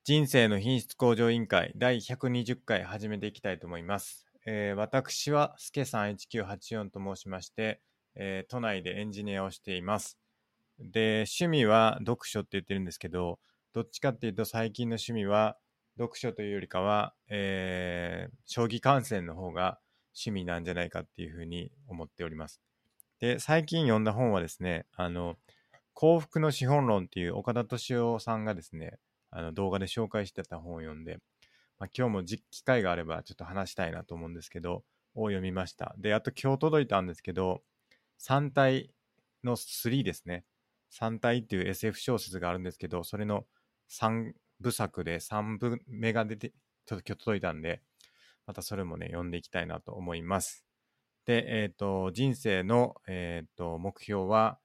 人生の品質向上委員会第120回始めていきたいと思います。私はすけさん1984と申しまして、都内でエンジニアをしています。で、趣味は読書って言ってるんですけど、どっちかっていうと最近の趣味は読書というよりかは、将棋観戦の方が趣味なんじゃないかっていうふうに思っております。で、最近読んだ本はですね、幸福の資本論っていう岡田敏夫さんがですね、動画で紹介してた本を読んで、今日も機会があればちょっと話したいなと思うんですけど、を読みました。で、あと今日届いたんですけど、三体の3ですね。三体っていう SF 小説があるんですけど、それの3部作で3部目が出て、ちょっと今日届いたんで、またそれもね、読んでいきたいなと思います。で、人生の、目標は、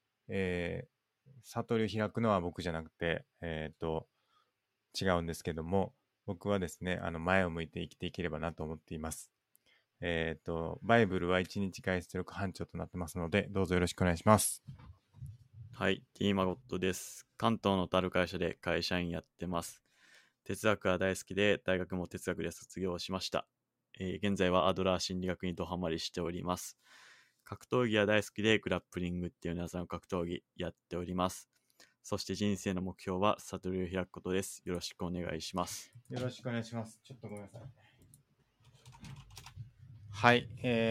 悟りを開くのは僕じゃなくて、違うんですけども、僕はですね、前を向いて生きていければなと思っています。バイブルは1日外出力班長となってますので、どうぞよろしくお願いします。 はい、T マゴットです。関東のとある会社で会社員やってます。哲学が大好きで、大学も哲学で卒業しました。現在はアドラー心理学にドハマりしております。格闘技が大好きで、グラップリングっていう技の格闘技やっております。そして人生の目標は悟りを開くことです。よろしくお願いします。 よろしくお願いします。ちょっとごめんなさい。はい、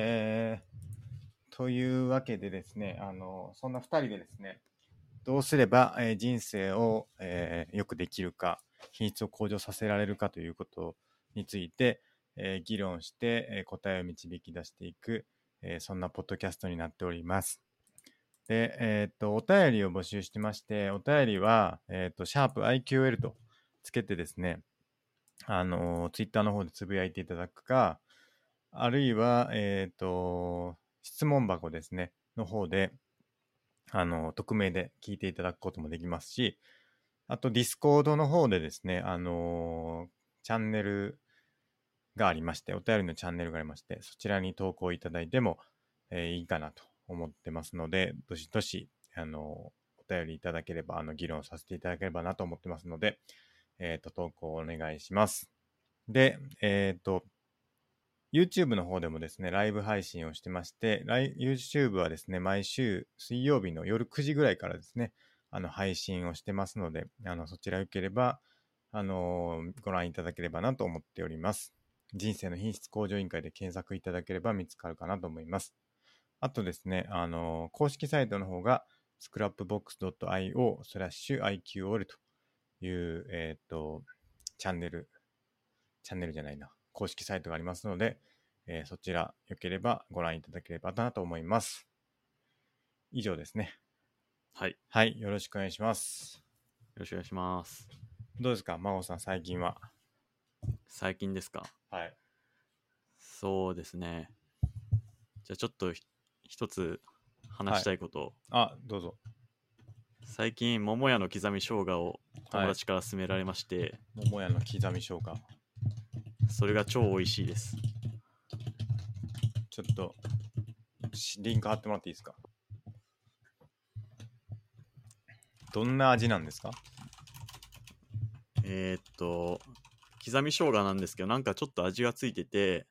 というわけでですね、そんな2人でですね、どうすれば、人生を、よくできるか、品質を向上させられるかということについて、議論して、答えを導き出していく、そんなポッドキャストになっております。で、お便りを募集してまして、お便りは、シャープ #IQL とつけてですね、ツイッターの方でつぶやいていただくか、あるいは、質問箱ですね、の方で、匿名で聞いていただくこともできますし、あと、ディスコードの方でですね、チャンネルがありまして、お便りのチャンネルがありまして、そちらに投稿いただいても、いいかなと思ってますので、どしどし、お便りいただければ、議論させていただければなと思ってますので、投稿お願いします。で、YouTube の方でもですね、ライブ配信をしてまして、YouTube はですね、毎週水曜日の夜9時ぐらいからですね、配信をしてますので、そちらよければ、ご覧いただければなと思っております。人生の品質向上委員会で検索いただければ見つかるかなと思います。あとですね、公式サイトの方が scrapbox.io/IQOL という、チャンネルじゃないな、公式サイトがありますので、そちらよければご覧いただければなと思います。以上ですね。 はい。 はい、よろしくお願いします。 よろしくお願いします。 どうですか、真央さん、最近は。 最近ですか？ はい。 そうですね。じゃあちょっと一つ話はい。 したいことを。 どうぞ。 最近桃屋の刻み生姜を友達から勧められまして、 桃屋の刻み生姜。 それが超美味しいです。 ちょっとリンク貼ってもらっていいですか？どんな味なんですか？ 刻み生姜なんですけど、なんかちょっと味がついてて、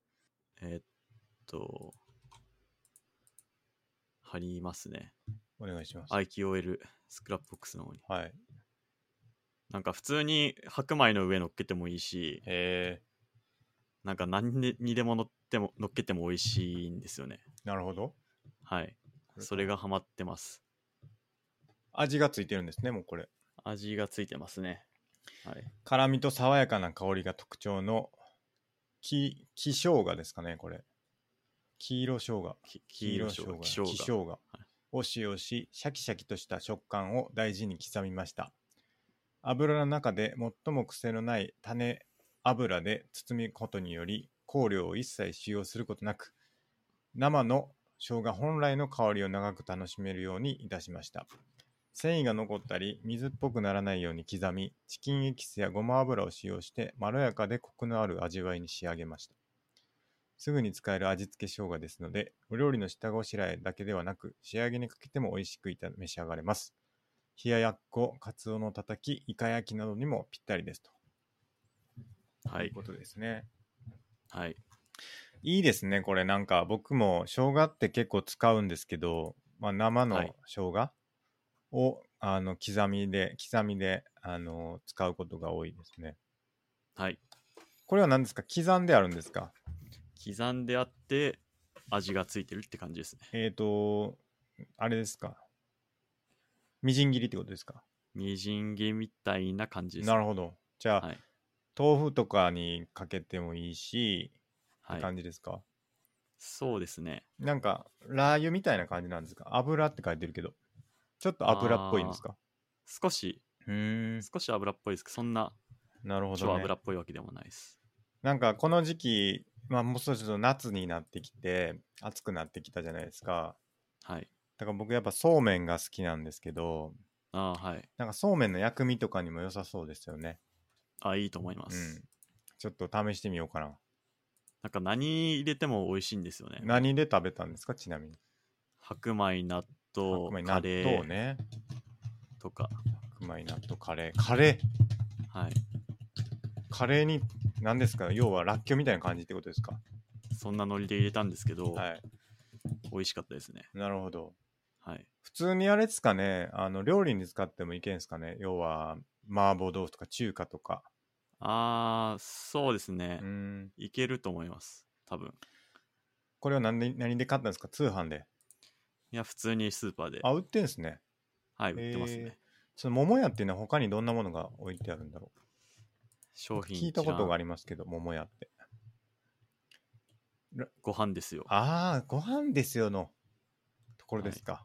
貼りますね。 お願いします。 IQOL スクラップボックスの方に。 はい。 なんか普通に白米の上乗っけてもいいし、なんか何にでも乗っけても美味しいんですよね。 なるほど。 はい。それがハマってます。 味がついてるんですね、もうこれ。 味がついてますね。はい。 辛みと爽やかな香りが特徴の生姜ですかね、これ。黄色生姜。 黄色生姜。 生姜を使用し、シャキシャキとした食感を大事に刻みました。油の中で最も癖のない種油で包むことにより、香料を一切使用することなく、生の生姜本来の香りを長く楽しめるようにいたしました。繊維が残ったり水っぽくならないように刻み、チキンエキスやごま油を使用してまろやかでコクのある味わいに仕上げました。すぐに使える味付け生姜ですので、お料理の下ごしらえだけではなく、仕上げにかけても美味しく召し上がれます。 冷ややっこ、かつおのたたき、イカ焼きなどにもぴったりですと。 はいいうことですね。 はいいいですね、これなんか僕も生姜って結構使うんですけど、まあ、生のはい生姜を刻みで使うことが多いですね。 はい。 これは何ですか？刻んであるんですか？ 刻んであって味がついてるって感じですね。 あれですか？みじん切りってことですか？ みじん切りみたいな感じですね。 なるほど。じゃあ、 はい豆腐とかにかけてもいいしってはい。 感じですか？ そうですね。 なんかラー油みたいな感じなんですか？油って書いてるけど、ちょっと油っぽいんですか？ 少しうーん、 少し油っぽいですけど、そんななるほど超ね。 油っぽいわけでもないです。 なんかこの時期、まあもう少しちょっと夏になってきて、暑くなってきたじゃないですか。 はい。 だから僕やっぱそうめんが好きなんですけど、 はい。 なんかそうめんの薬味とかにも良さそうですよね。 いいと思いまうん。 す。 ちょっと試してみようかな。 なんか何入れても美味しいんですよね。 何で食べたんですか、ちなみに。 白米、納豆、カ白米、納レー豆ね。 とか。 白米、納豆、カレー。カレーはい。 カレーに、何ですか？要は、らっきょうみたいな感じってことですか？ そんなノリで入れたんですけど、 はい。 美味しかったですね。 なるほど。 はい。 普通にあれですかね、料理に使ってもいけんすかね？要は、麻婆豆腐とか中華とか。 そうですね。 うーん。 いけると思います。多分。 これは何で買ったんですか？通販で。 いや、普通にスーパーで。 あ、売ってんすね。 はい、売ってますね。 その桃屋っていうのは他にどんなものが置いてあるんだろう。なん商か聞いたこと品一覧、 がありますけど、桃屋って。 ご飯ですよ。 ご飯ですよのところはい。 ですか。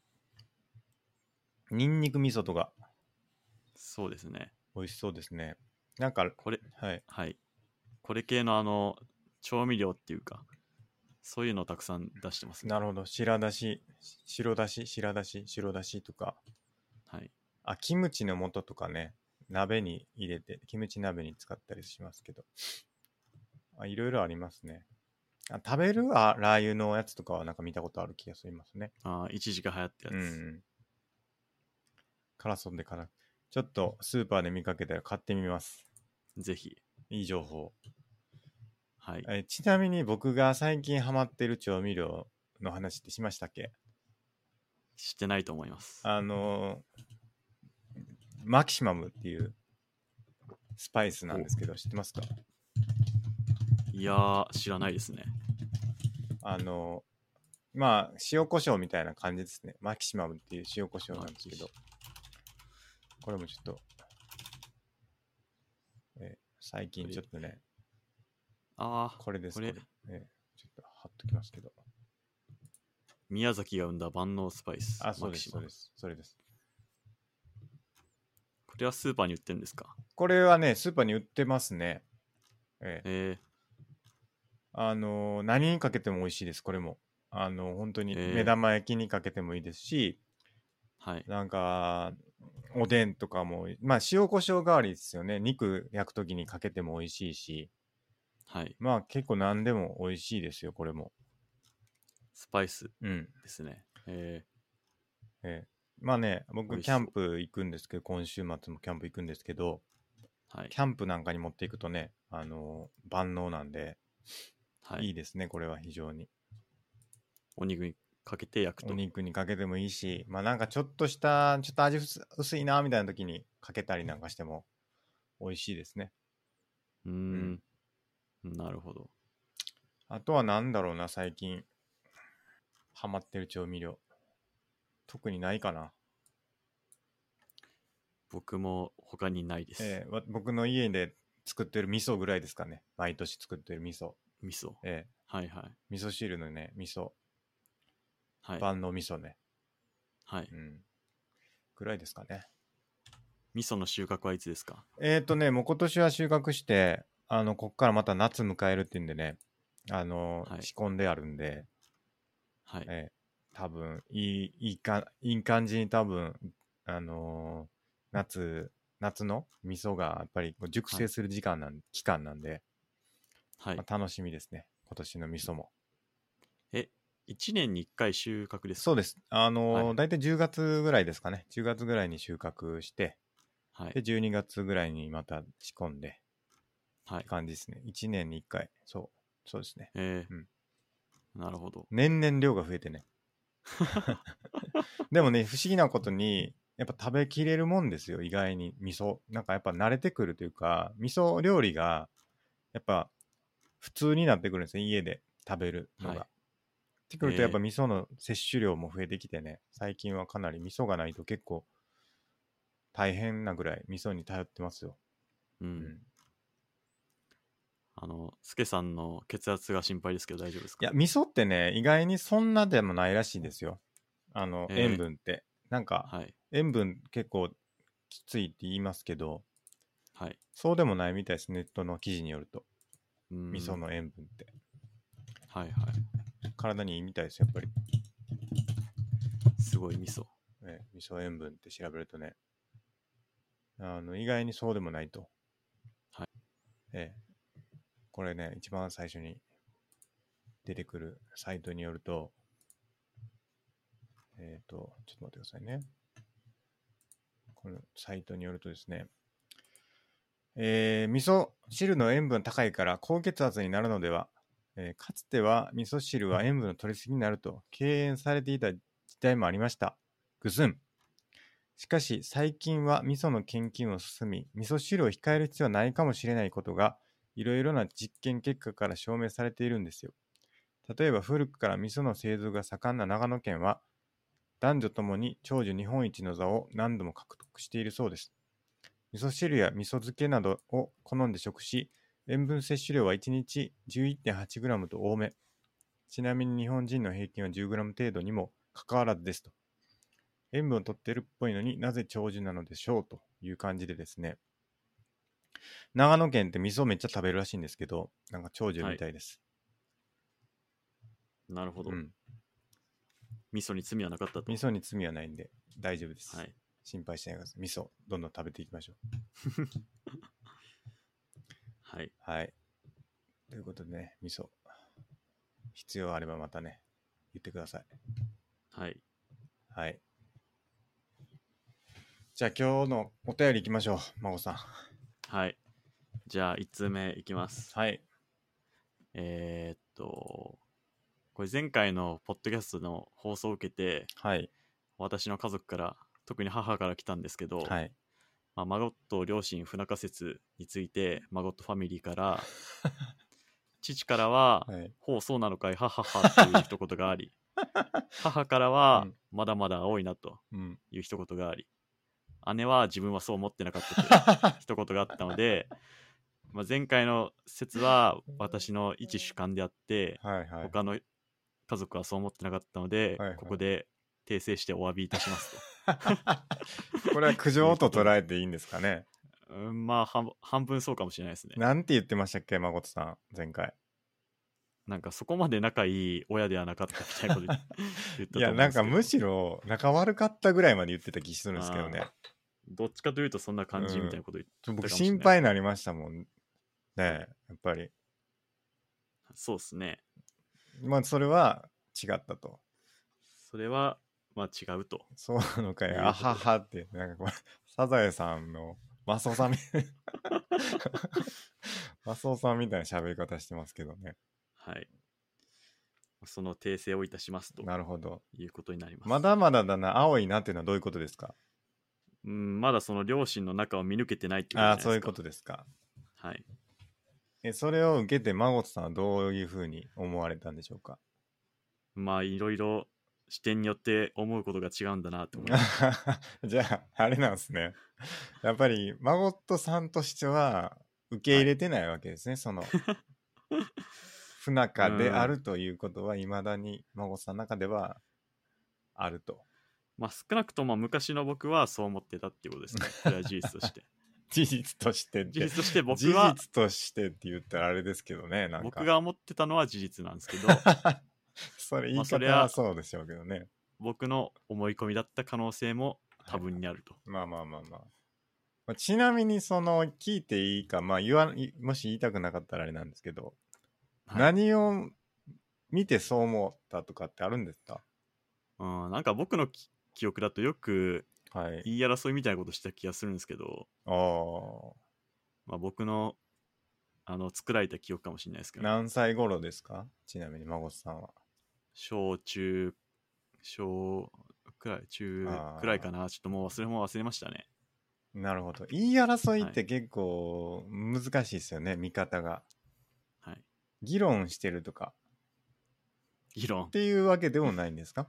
ニンニク味噌とかそうですね。 美味しそうですね。なんか、 これ、 はい。 はい。これ系の調味料っていうか、そういうのをたくさん出してますね。 なるほど。白だし、白だし、白だし、白だしとか。 はい。 あ、キムチの素とかね、鍋に入れて、キムチ鍋に使ったりしますけど。いろいろありますね。食べるラー油のやつとかはなんか見たことある気がしますね。 一時が流行ったやつ。 うん。辛そうで辛い。ちょっとスーパーで見かけたら買ってみます。 ぜひ。 いい情報。 はい。 ちなみに僕が最近ハマってる調味料の話ってしましたっけ？ してないと思います。 マキシマムっていうスパイスなんですけど、知ってますか？ いやー、知らないですね。 まあ、塩コショウみたいな感じですね。マキシマムっていう塩コショウなんですけど、これもちょっと、最近ちょっとね、これです、 これ、 ちょっと貼っときますけど。 宮崎が生んだ万能スパイス。 そうです、 マキシマム。 そうです。それです。 これはスーパーに売ってるんですか？ これはね、スーパーに売ってますね。何にかけても美味しいです、これも。本当に目玉焼きにかけてもいいですし、 はい。 なんか、おでんとかも、まあ、塩コショウ代わりですよね。肉焼くときにかけても美味しいし、 はい。 まあ、結構何でも美味しいですよ、これも。 スパイスうん。 ですね。 まあね、僕、 美味しそう。 キャンプ行くんですけど、今週末もキャンプ行くんですけど、 はい。 キャンプなんかに持っていくとね、万能なんで、 はい。 いいですね、これは非常に。 お肉にかけて焼くと。 お肉にかけてもいいし、まあなんかちょっとした、ちょっと味薄いなみたいな時にかけたりなんかしても美味しいですね。 うーん。なるほど。 あとはなんだろうな、最近ハマってる調味料。特にないかな。 僕も他にないです。 僕の家で作ってる味噌ぐらいですかね。毎年作ってる味噌。 味噌。 えはいはい。 味噌汁のね、味噌。 はい。 万能味噌ね。 はい。 ぐらいですかね。 味噌の収穫はいつですか？ もう今年は収穫して、こっからまた夏迎えるっていうんでね、 はい。 仕込んであるんで、 はい。 多分いい感じに多分、あの夏の味噌がやっぱりこう熟はい。 成する期間なんで、 はい。 まあ、楽しみですね。今年の味噌も。 え、 1年に1回収穫ですか？ そうです。 はい大体10月ぐらいですかね。10月ぐらいに収穫して、で、 はい。 12月ぐらいにまた仕込んで、 はい。 感じですね。1年に1回。そうですね。うん。 なるほど。 年々量が増えてね。でもね、不思議なことに、やっぱ食べきれるもんですよ、意外に。味噌。なんかやっぱ慣れてくるというか、味噌料理が、やっぱ普通になってくるんですよ、家で食べるのが。 はい。 ってくるとやっぱ味噌の摂取量も増えてきてね、最近はかなり味噌がないと結構大変なぐらい味噌に頼ってますよ。 う。 うんん。 スケさんの血圧が心配ですけど大丈夫ですか？ いや、味噌ってね、意外にそんなでもないらしいですよ。塩えー、 分って。なんか、 はい。 塩分結構きついって言いますけど、 はい。 そうでもないみたいです、ネットの記事によると。 うーん。 味噌の塩分って。 はいはい。 体にいいみたいです、やっぱり。 すごい味噌。 味噌塩分って調べるとね、意外にそうでもないと。 はい。 えーこれね、一番最初に出てくるサイトによると、ちょっと待ってくださいね。このサイトによるとですね、味噌汁の塩分高いから高血圧になるのでは、かつては味噌汁は塩分の取りすぎになると敬遠されていた時代もありました。ぐずん。しかし最近は味噌の研究も進み、味噌汁を控える必要はないかもしれないことがいろいろな実験結果から証明されているんですよ。例えば古くから味噌の製造が盛んな長野県は男女ともに長寿日本一の座を何度も獲得しているそうです。味噌汁や味噌漬けなどを好んで食し、塩分摂取量は1日 11.8g と多め。ちなみに日本人の平均は 10g 程度にもかかわらずですと。塩分を取っているっぽいのになぜ長寿なのでしょうという感じでですね。長野県って味噌めっちゃ食べるらしいんですけど、なんか長寿みたいです。 なるほど。 うん。 味噌に罪はなかったと。 味噌に罪はないんで大丈夫です。 はい。 心配しないでください。味噌どんどん食べていきましょう。 はい。 はい。ということでね、味噌必要あればまたね、言ってください。 はい。 はい。じゃあ今日のお便りいきましょう、孫さん。 はい。じゃあ、1通目いきます。 はい。 これ前回のポッドキャストの放送を受けて、 はい。 私の家族から、特に母から来たんですけど、 はい。 マゴット両親不仲説について、マゴットファミリーから、父からは、 はい。 ほうそうなのかい、はははという一言があり、母からは、 うんまだまだ青いなとうん。 いう一言があり、姉は自分はそう思ってなかったという一言があったので、前回の説は私の一主観であって、 はいはい。 他の家族はそう思ってなかったので、 はいはいここで訂正してお詫びいたしますこれは苦情と捉えていいんですかね。 と。半分そうかもしれないですね。 なんて言ってましたっけ、誠さん、前回。 なんかそこまで仲いい親ではなかったみたいなこと言ったといや、 思うんですけど。 なんかむしろ仲悪かったぐらいまで言ってた気するんですけどね。 どっちかというとそんな感じみたいなこと言ったかも僕しれないですね。 心配になりましたもんね、 はいやっぱり。 そうですね。 まあそれは違ったと。 それは違うと。 そうなのかい、 いうあははって、なんかこれ、サザエさんのマスオさんみたいな、マスオさんみたいな喋り方してますけどね。 はい。その訂正をいたしますとなるほど。 いうことになります。 まだまだだな、青いなっていうのはどういうことですか？ まだその両親の中を見抜けてないってことじゃああ、 ないですか。 そういうことですか。 はい。 それを受けて、孫さんはどういうふうに思われたんでしょうか？ いろいろ視点によって思うことが違うんだなと思います。 じゃあ、あれなんですね。やっぱり、孫さんとしては、受け入れてないわけですね。その、不仲であるということは、いまだに孫さんの中ではあると。 少なくとも昔の僕はそう思ってたっていうことですね。これは事実として。 事実としてって。 事実として僕事は、 実としてって言ったらあれですけどね、なんか。 僕が思ってたのは事実なんですけど、 それ言いそれは方はそうでしょうけどね。 僕の思い込みだった可能性も多分にあると。 まあ、ちなみにその聞いていいか、もし言いたくなかったらあれなんですけど、 はい、 何を見てそう思ったとかってあるんですか？ なんか僕の記憶だとよくはい。 言い争いみたいなことした気がするんですけど、まあ、僕の作られた記憶かもしれないですけどね。 何歳頃ですか？ちなみに孫さんは。 小中小くらい中くらいかな。ちょっともう忘れましたね。 なるほど。言い争いっはいて結構難しいですよね、見方が。 はい。 議論してるとか議論っていうわけでもないんですか？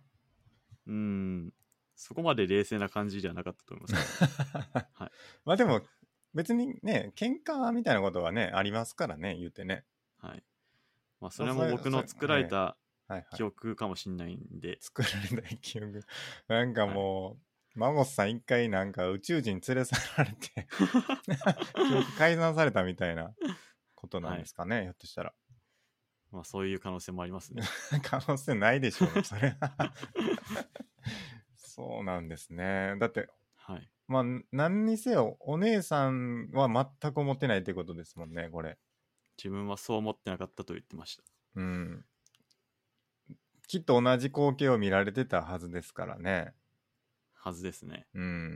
そこまで冷静な感じではなかったと思いますけど、はい。 まあでも別にね、喧嘩みたいなことはね、ありますからね、言うてね。 はい。まあそれも僕の作られたはいはい、 記憶かもしれないんで。 作られた記憶。なんかはい、 もう、マモスさん一回なんか宇宙人連れ去られて記憶改ざんされたみたいなことなんですかね、ひょっとしたら。 まあそういう可能性もありますね。 可能性ないでしょうね、それは。そうなんですね。だって、 はい。 まあ、何にせよ、お姉さんは全く思ってないってことですもんね、これ。 自分はそう思ってなかったと言ってました。 うん。きっと同じ光景を見られてたはずですからね。 はずですね。 うん。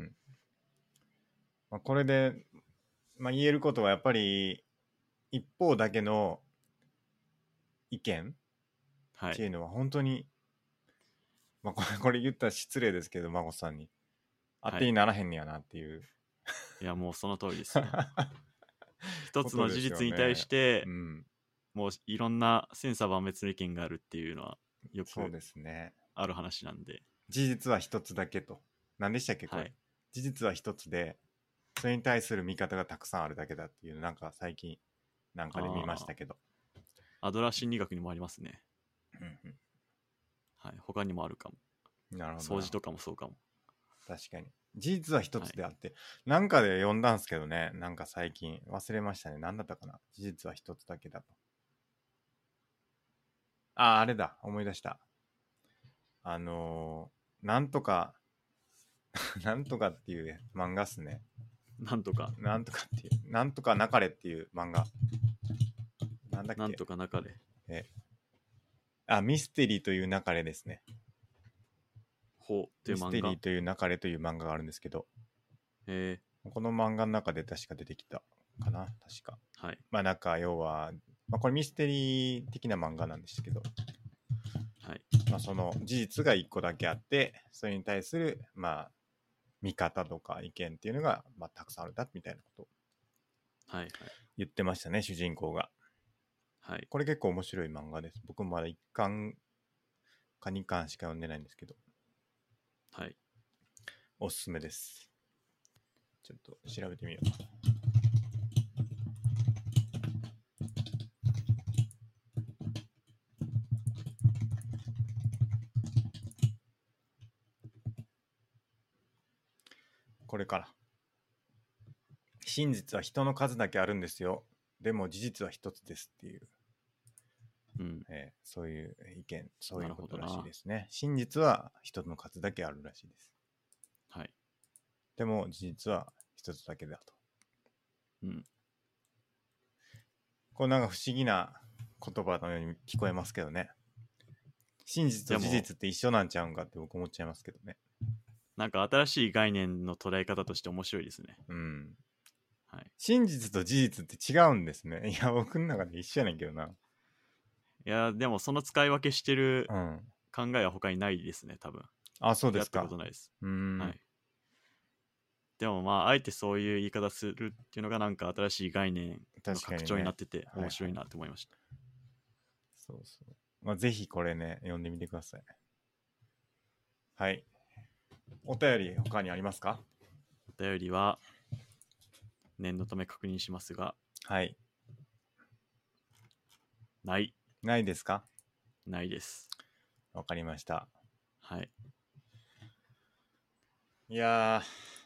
まあ、これで、まあ、言えることはやっぱり、一方だけの意見はい。 っていうのは本当に、まあ、これ言ったら失礼ですけど、孫さんに。当はい。 てにならへんねやなっていう。 いや、もうその通りですよ。一つの事ことですよ実に対しね。 て、 うん。 もういろんな千差万別の意見があるっていうのはよくそうですね。 ある話なんで。 事実は一つだけと。何でしたっけこれ。 はい。 事実は一つで、それに対する見方がたくさんあるだけだっていう、なんか最近なんかで見ましたけど。 アドラー心理学にもありますね。 うんはい。他にもあるかも。 うん、なるほど。 掃除とかもそうかも。 確かに。事実は一つであはい、 って、なんかで読んだんすけどね、なんか最近忘れましたね。何だったかな。事実は一つだけだと。あれだ。思い出した。なんとか、なんとかっていう漫画っすね。 なんとか。 なんとかっていう、なんとかなかれっていう漫画。なんだっけ。 なんとか中で。 ミステリーという流れですね。 ほうというミス漫画。 テリーという流れという漫画があるんですけど、この漫画の中で確か出てきたかな、確か。 はい。 まあなんか要は、まあ、これミステリー的な漫画なんですけど、 はい。 まあ、その事実が一個だけあって、それに対するまあ見方とか意見っていうのが、まあ、たくさんあるんだみたいなことをはいはい。 言ってましたね、主人公が。 はい。 これ結構面白い漫画です。僕もまだ1巻か2巻しか読んでないんですけど、 はい。 おすすめです。ちょっと調べてみよう。これから。真実は人の数だけあるんですよ。でも事実は一つですっていう、 うん。 そういう意見、そういうことらしいなるほどな。 ですね。真実は人の数だけあるらしいです。 はい。 でも事実は一つだけだと。 うん。 これなんか不思議な言葉のように聞こえますけどね。真実と事実って一緒なんちゃうんかって僕思っちゃいますけどね。 なんか新しい概念の捉え方として面白いですね。 うん。 はい。 真実と事実って違うんですね。いや、僕の中で一緒やねんけどな。 いや、でもその使い分けしてるうん。 考えは他にないですね、多分。 あ、そうでやったこすか。 とないです。 うーん。 はい。でもまあ、あえてそういう言い方するっていうのがなんか新しい概念の拡確かにね。 張になっててはいはい面白いなって思いました。 そうそう。まあ、ぜひこれね、読んでみてください。はい。お便り他にありますか？ お便りは念のため確認しますが、 はい。 ない。 ないですか？ ないです。 わかりました。 はい。 いや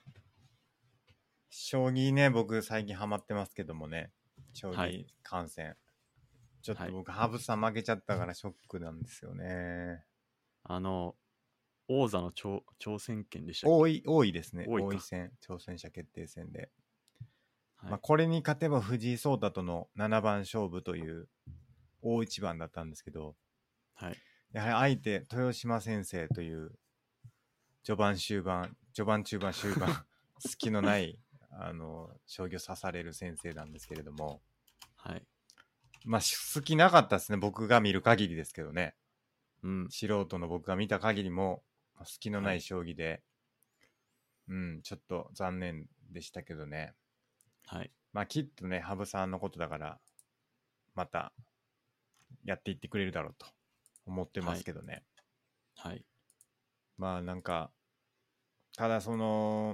将棋ね、僕最近ハマってますけどもね。将棋はい。 観戦。ちょっはい。 と僕、羽生さん負けちゃったからショックなんですよね。 王座の挑戦権でしたっけ？ 多いですね。 多いか。 多い戦、挑戦者決定戦で。 はい。 まあ、これに勝てば藤井聡太との7番勝負という大一番だったんですけど、 はい。 やはり相手、豊島先生という序盤中盤隙のない将棋を指される先生なんですけれども、 はい。 まあ好きなかったですね、僕が見る限りですけどね。 うん。 素人の僕が見た限りも隙のなはいい将棋で、ちょっと残念でしたけどね。 はい。 まあきっとね、羽生さんのことだからまたやっていってくれるだろうと思ってますけどね。 はい。 まあなんか、ただ羽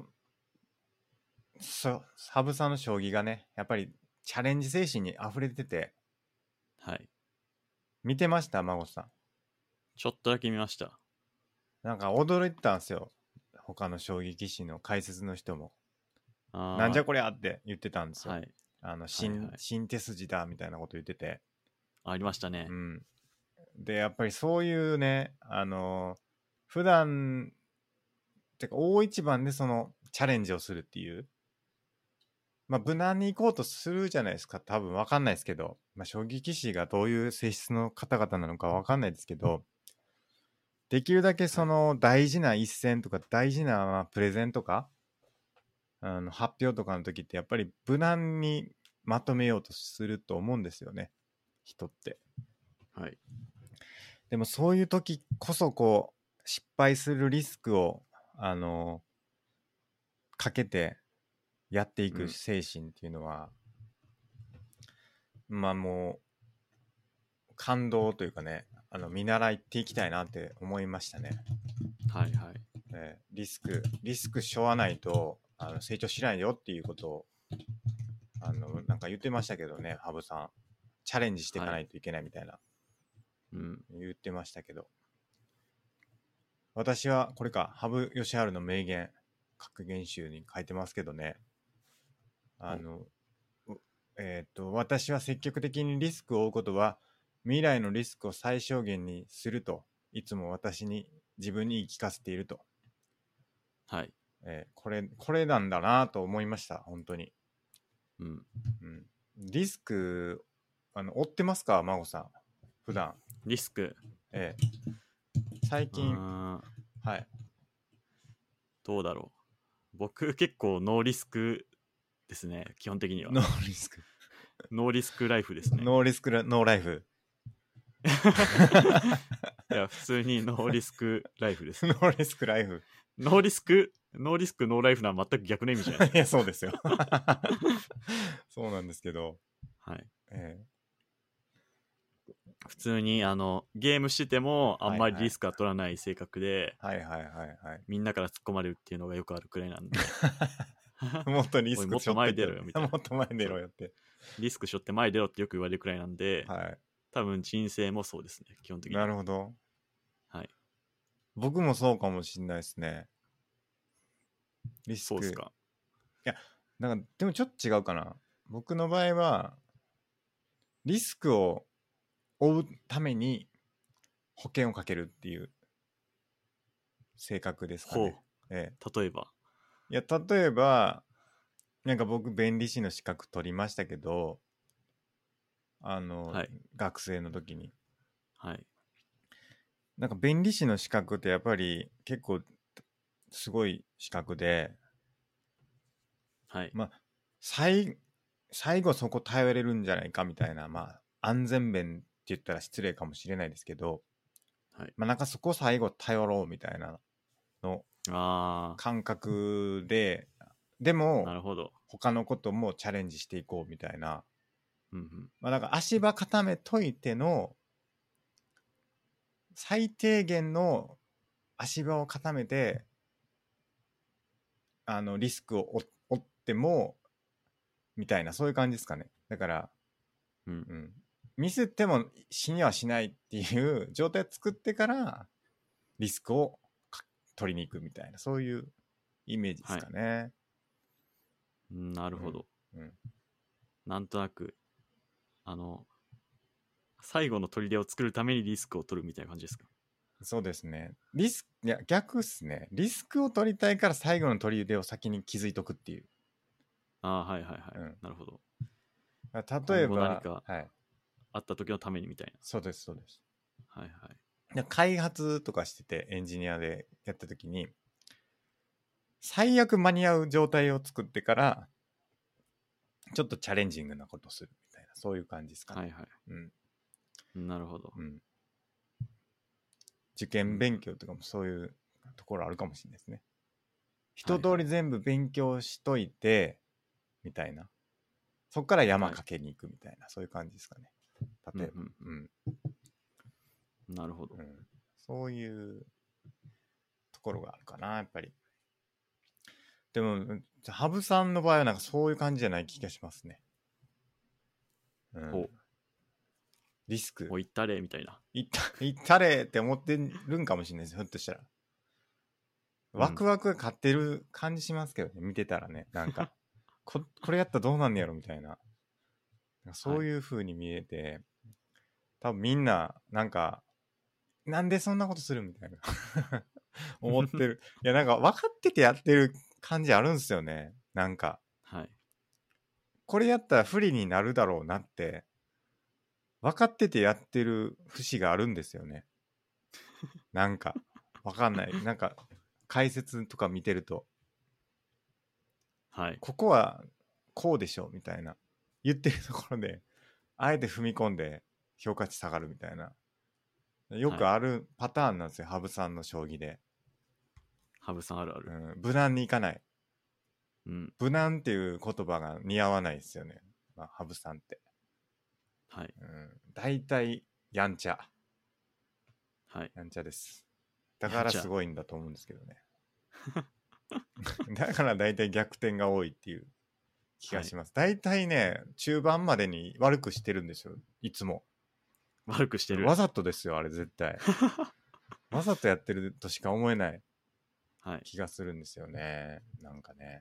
生さんの将棋がね、やっぱりチャレンジ精神に溢れてて、 はい。 見てました孫さん。 ちょっとだけ見ました。 なんか驚いてたんですよ。他の将棋棋士の解説の人も。なんじゃあこりゃって言ってたんですあ、 よ。 はい。はいはい。 新手筋だみたいなこと言ってて。 ありましたね。 うん。で、やっぱりそういうね、普段、てか大一番でそのチャレンジをするっていう。まあ無難に行こうとするじゃないですか。多分わかんないですけど。まあ将棋棋士がどういう性質の方々なのかわかんないですけど、できるだけそはい。 の大事な一戦とか大事なまあプレゼンとか、発表とかの時ってやっぱり無難にまとめようとすると思うんですよね、人って。 はい。 でもそういう時こそこう失敗するリスクをかけてやっていくうん。 精神っていうのは、まあもう感動というかね、見習っていきたいなって思いましたね。 はいはい。 リスクしょわないと成長しないよっていうことをなんか言ってましたけどね、羽生さん。チャレンジしていかはい。 ないといけないみたいなうん。 言ってましたけど、私はこれか、羽生善治の名言、格言集に書いてますけどね、あの、私は積極的にリスクを負うことは、未来のリスクを最小限にすると、いつも自分に言い聞かせていると。 はい。 これなんだなと思いました、本当に。 うん。 うん、リスク、負ってますか、真帆さん、普段。 リスク。 最うー近、 ん。 はい。 どうだろう。僕結構ノーリスクですね。基本的には。 ノーリスク。 ノーリスクライフですね。 ノーライフ。 いや、普通にノーリスクライフですノね。 ーリスクライフ。 ノーリスク、ノーライフなら全く逆の意味じゃないいや、 ですそうですよ。そうなんですけど、 か。はい。 え普通にゲームしててもあんまりはいはいリスクは取らない性格で、 はいはいはいはい。 みんなから突っ込まれるっていうのがよくあるくらいなんでもっとリおい、 スクもっと前背負ってって、 出ろよみたいな。 もっと前出そう。 ろよって。 リスクしょって前出ろってよく言われるくらいなんで、 はい。 多分人生もそうですね、基本的には。 なるほど。 はい。 僕もそうかもしんないですね。リスク。 そうっすか。 いや、なんか、でもちょっと違うかな。僕の場合は、リスクを負うために保険をかけるっていう性格ですかほう。 ね。え例えば。 いや、例えば、なんか僕、弁理士の資格取りましたけど、 はい。 学生の時に。 はい。 なんか弁理士の資格ってやっぱり結構すごい資格で、 はい。 まあ、最後そこ頼れるんじゃないかみたいな、まあ、安全弁って言ったら失礼かもしれないですけど、 はい。 まあなんかそこ最後頼ろうみたいなのあ感覚で、でー、なもるほど。 他のこともチャレンジしていこうみたいな、 うんうん。 まあなんか足場固めといての最低限の足場を固めてリスクを負ってもみたいな、そういう感じですかね。だから、 うん。 ミスっても死にはしないっていう状態を作ってからリスクを取りに行くみたいな、そういうイメージですかね。 なるほど。 うん、 なんとなく、最後の砦を作るためにリスクを取るみたいな感じですか。 そうですね。いや、逆っすね。リスクを取りたいから最後の砦を先に気づいとくっていう。 ああ、はいはいはい。なるほど。今例えば、 後何かはい。 あった時のためにみたいな。 そうです、そうです。 はいはい。 で開発とかしててエンジニアでやった時に最悪間に合う状態を作ってからちょっとチャレンジングなことするみたいなそういう感じですかね。 はいはい。 うん。 なるほど。 うん。受験勉強とかもそういうところあるかもしれないですね。一通り全部勉強しといて、みたいな。そこから山かけに行くみたいな、そういう感じですかね。例えば。 なるほど。 そういうところがあるかな、やっぱり。でも、羽生さんの場合はなんかそういう感じじゃない気がしますね。リスク。 もう行ったれみたいな。 行ったれって思ってるんかもしれないです、ひょっとしたら。ワクワクが勝ってる感じしますけどね、見てたらね、なんか、これやったらどうなんねやろみたいな。そういう風に見えて、多分みんな、なんか、なんでそんなことするみたいな思ってる。いや、なんか分かっててやってる感じあるんですよね。なんか、これやったら不利になるだろうなって、分かっててやってる節があるんですよね。なんか、分かんない。なんか、解説とか見てると、ここはこうでしょみたいな。言ってるところで、あえて踏み込んで評価値下がるみたいな。よくあるパターンなんですよ、羽生さんの将棋で。 羽生さんあるある。 無難にいかない。無難っていう言葉が似合わないですよね、羽生さんって。大体やんちゃ。やんちゃです。だからすごいんだと思うんですけどね。だから大体逆転が多いっていう気がします。大体ね、中盤までに悪くしてるんですよ、いつも。 悪くしてる。 わざとですよ、あれ絶対。わざとやってるとしか思えない気がするんですよね。なんかね。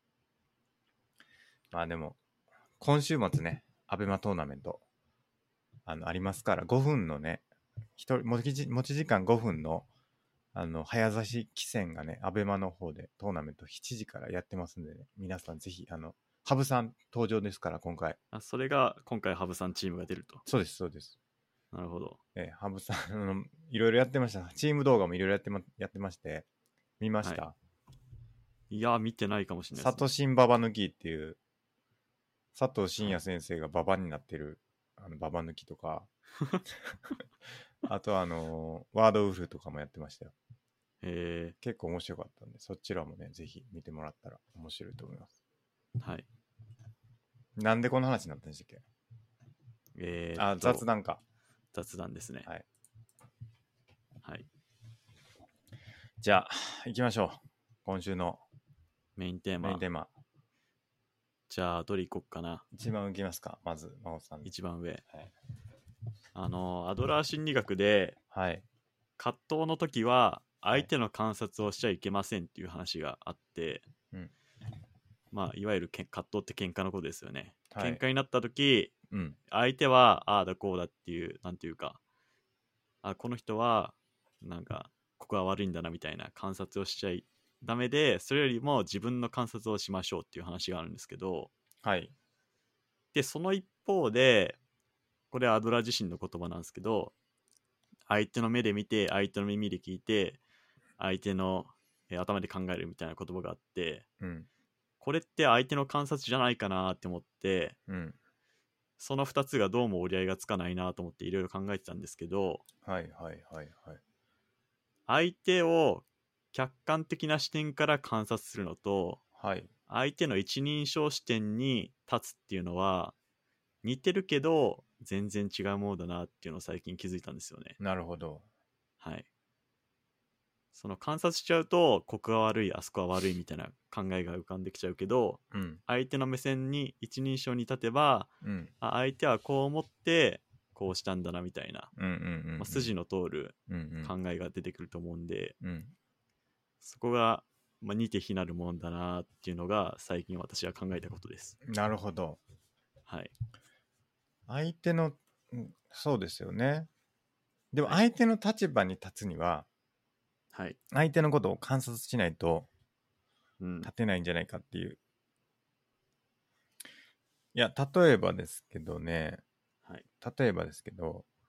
まあでも、今週末ね、アベマトーナメント、ありますから、5分のね、持ち時間5分の、早指し棋戦がね、アベマの方でトーナメント7時からやってますんでね、皆さんぜひ、羽生さん登場ですから、今回。 それが今回、羽生さんチームが出ると。 そうです、そうです。 なるほど。 羽生さん、いろいろやってました。チーム動画もいろいろやってまして、見ました、 いや、見てないかもしれないですね。サトシンババ抜きっていう、佐藤真也先生がババになってる、ババ抜きとか、あとワードウルフとかもやってましたよ。結構面白かったんで、そちらもね、ぜひ見てもらったら面白いと思います。なんでこの話になったんでしたっけ？雑談か。 雑談ですね。 じゃあ、行きましょう。今週のメインテーマ。じゃあ、どれ行こっかな。 一番上行きますか、まず、真帆さん。 一番上。アドラー心理学で、葛藤の時は相手の観察をしちゃいけませんっていう話があって、まあ、いわゆる葛藤って喧嘩のことですよね。喧嘩になった時、相手はああだこうだっていう、なんていうか、この人はなんかここは悪いんだなみたいな観察をしちゃいダメで、それよりも自分の観察をしましょうっていう話があるんですけど、でその一方で、これはアドラー自身の言葉なんですけど、相手の目で見て、相手の耳で聞いて、相手の頭で考えるみたいな言葉があって、これって相手の観察じゃないかなって思って、その2つがどうも折り合いがつかないなと思っていろいろ考えてたんですけど、相手を客観的な視点から観察するのと、相手の一人称視点に立つっていうのは似てるけど全然違うものだなっていうのを最近気づいたんですよね。 なるほど。 その観察しちゃうと、ここが悪い、あそこは悪いみたいな考えが浮かんできちゃうけど、相手の目線に一人称に立てば、相手はこう思ってこうしたんだなみたいな、筋の通る考えが出てくると思うんで、そこが、似て非なるものだなっていうのが最近私は考えたことです。 なるほど。相手の、そうですよね。でも相手の立場に立つには、相手のことを観察しないと立てないんじゃないかっていう。いや、例えばですけどね、例えばですけど、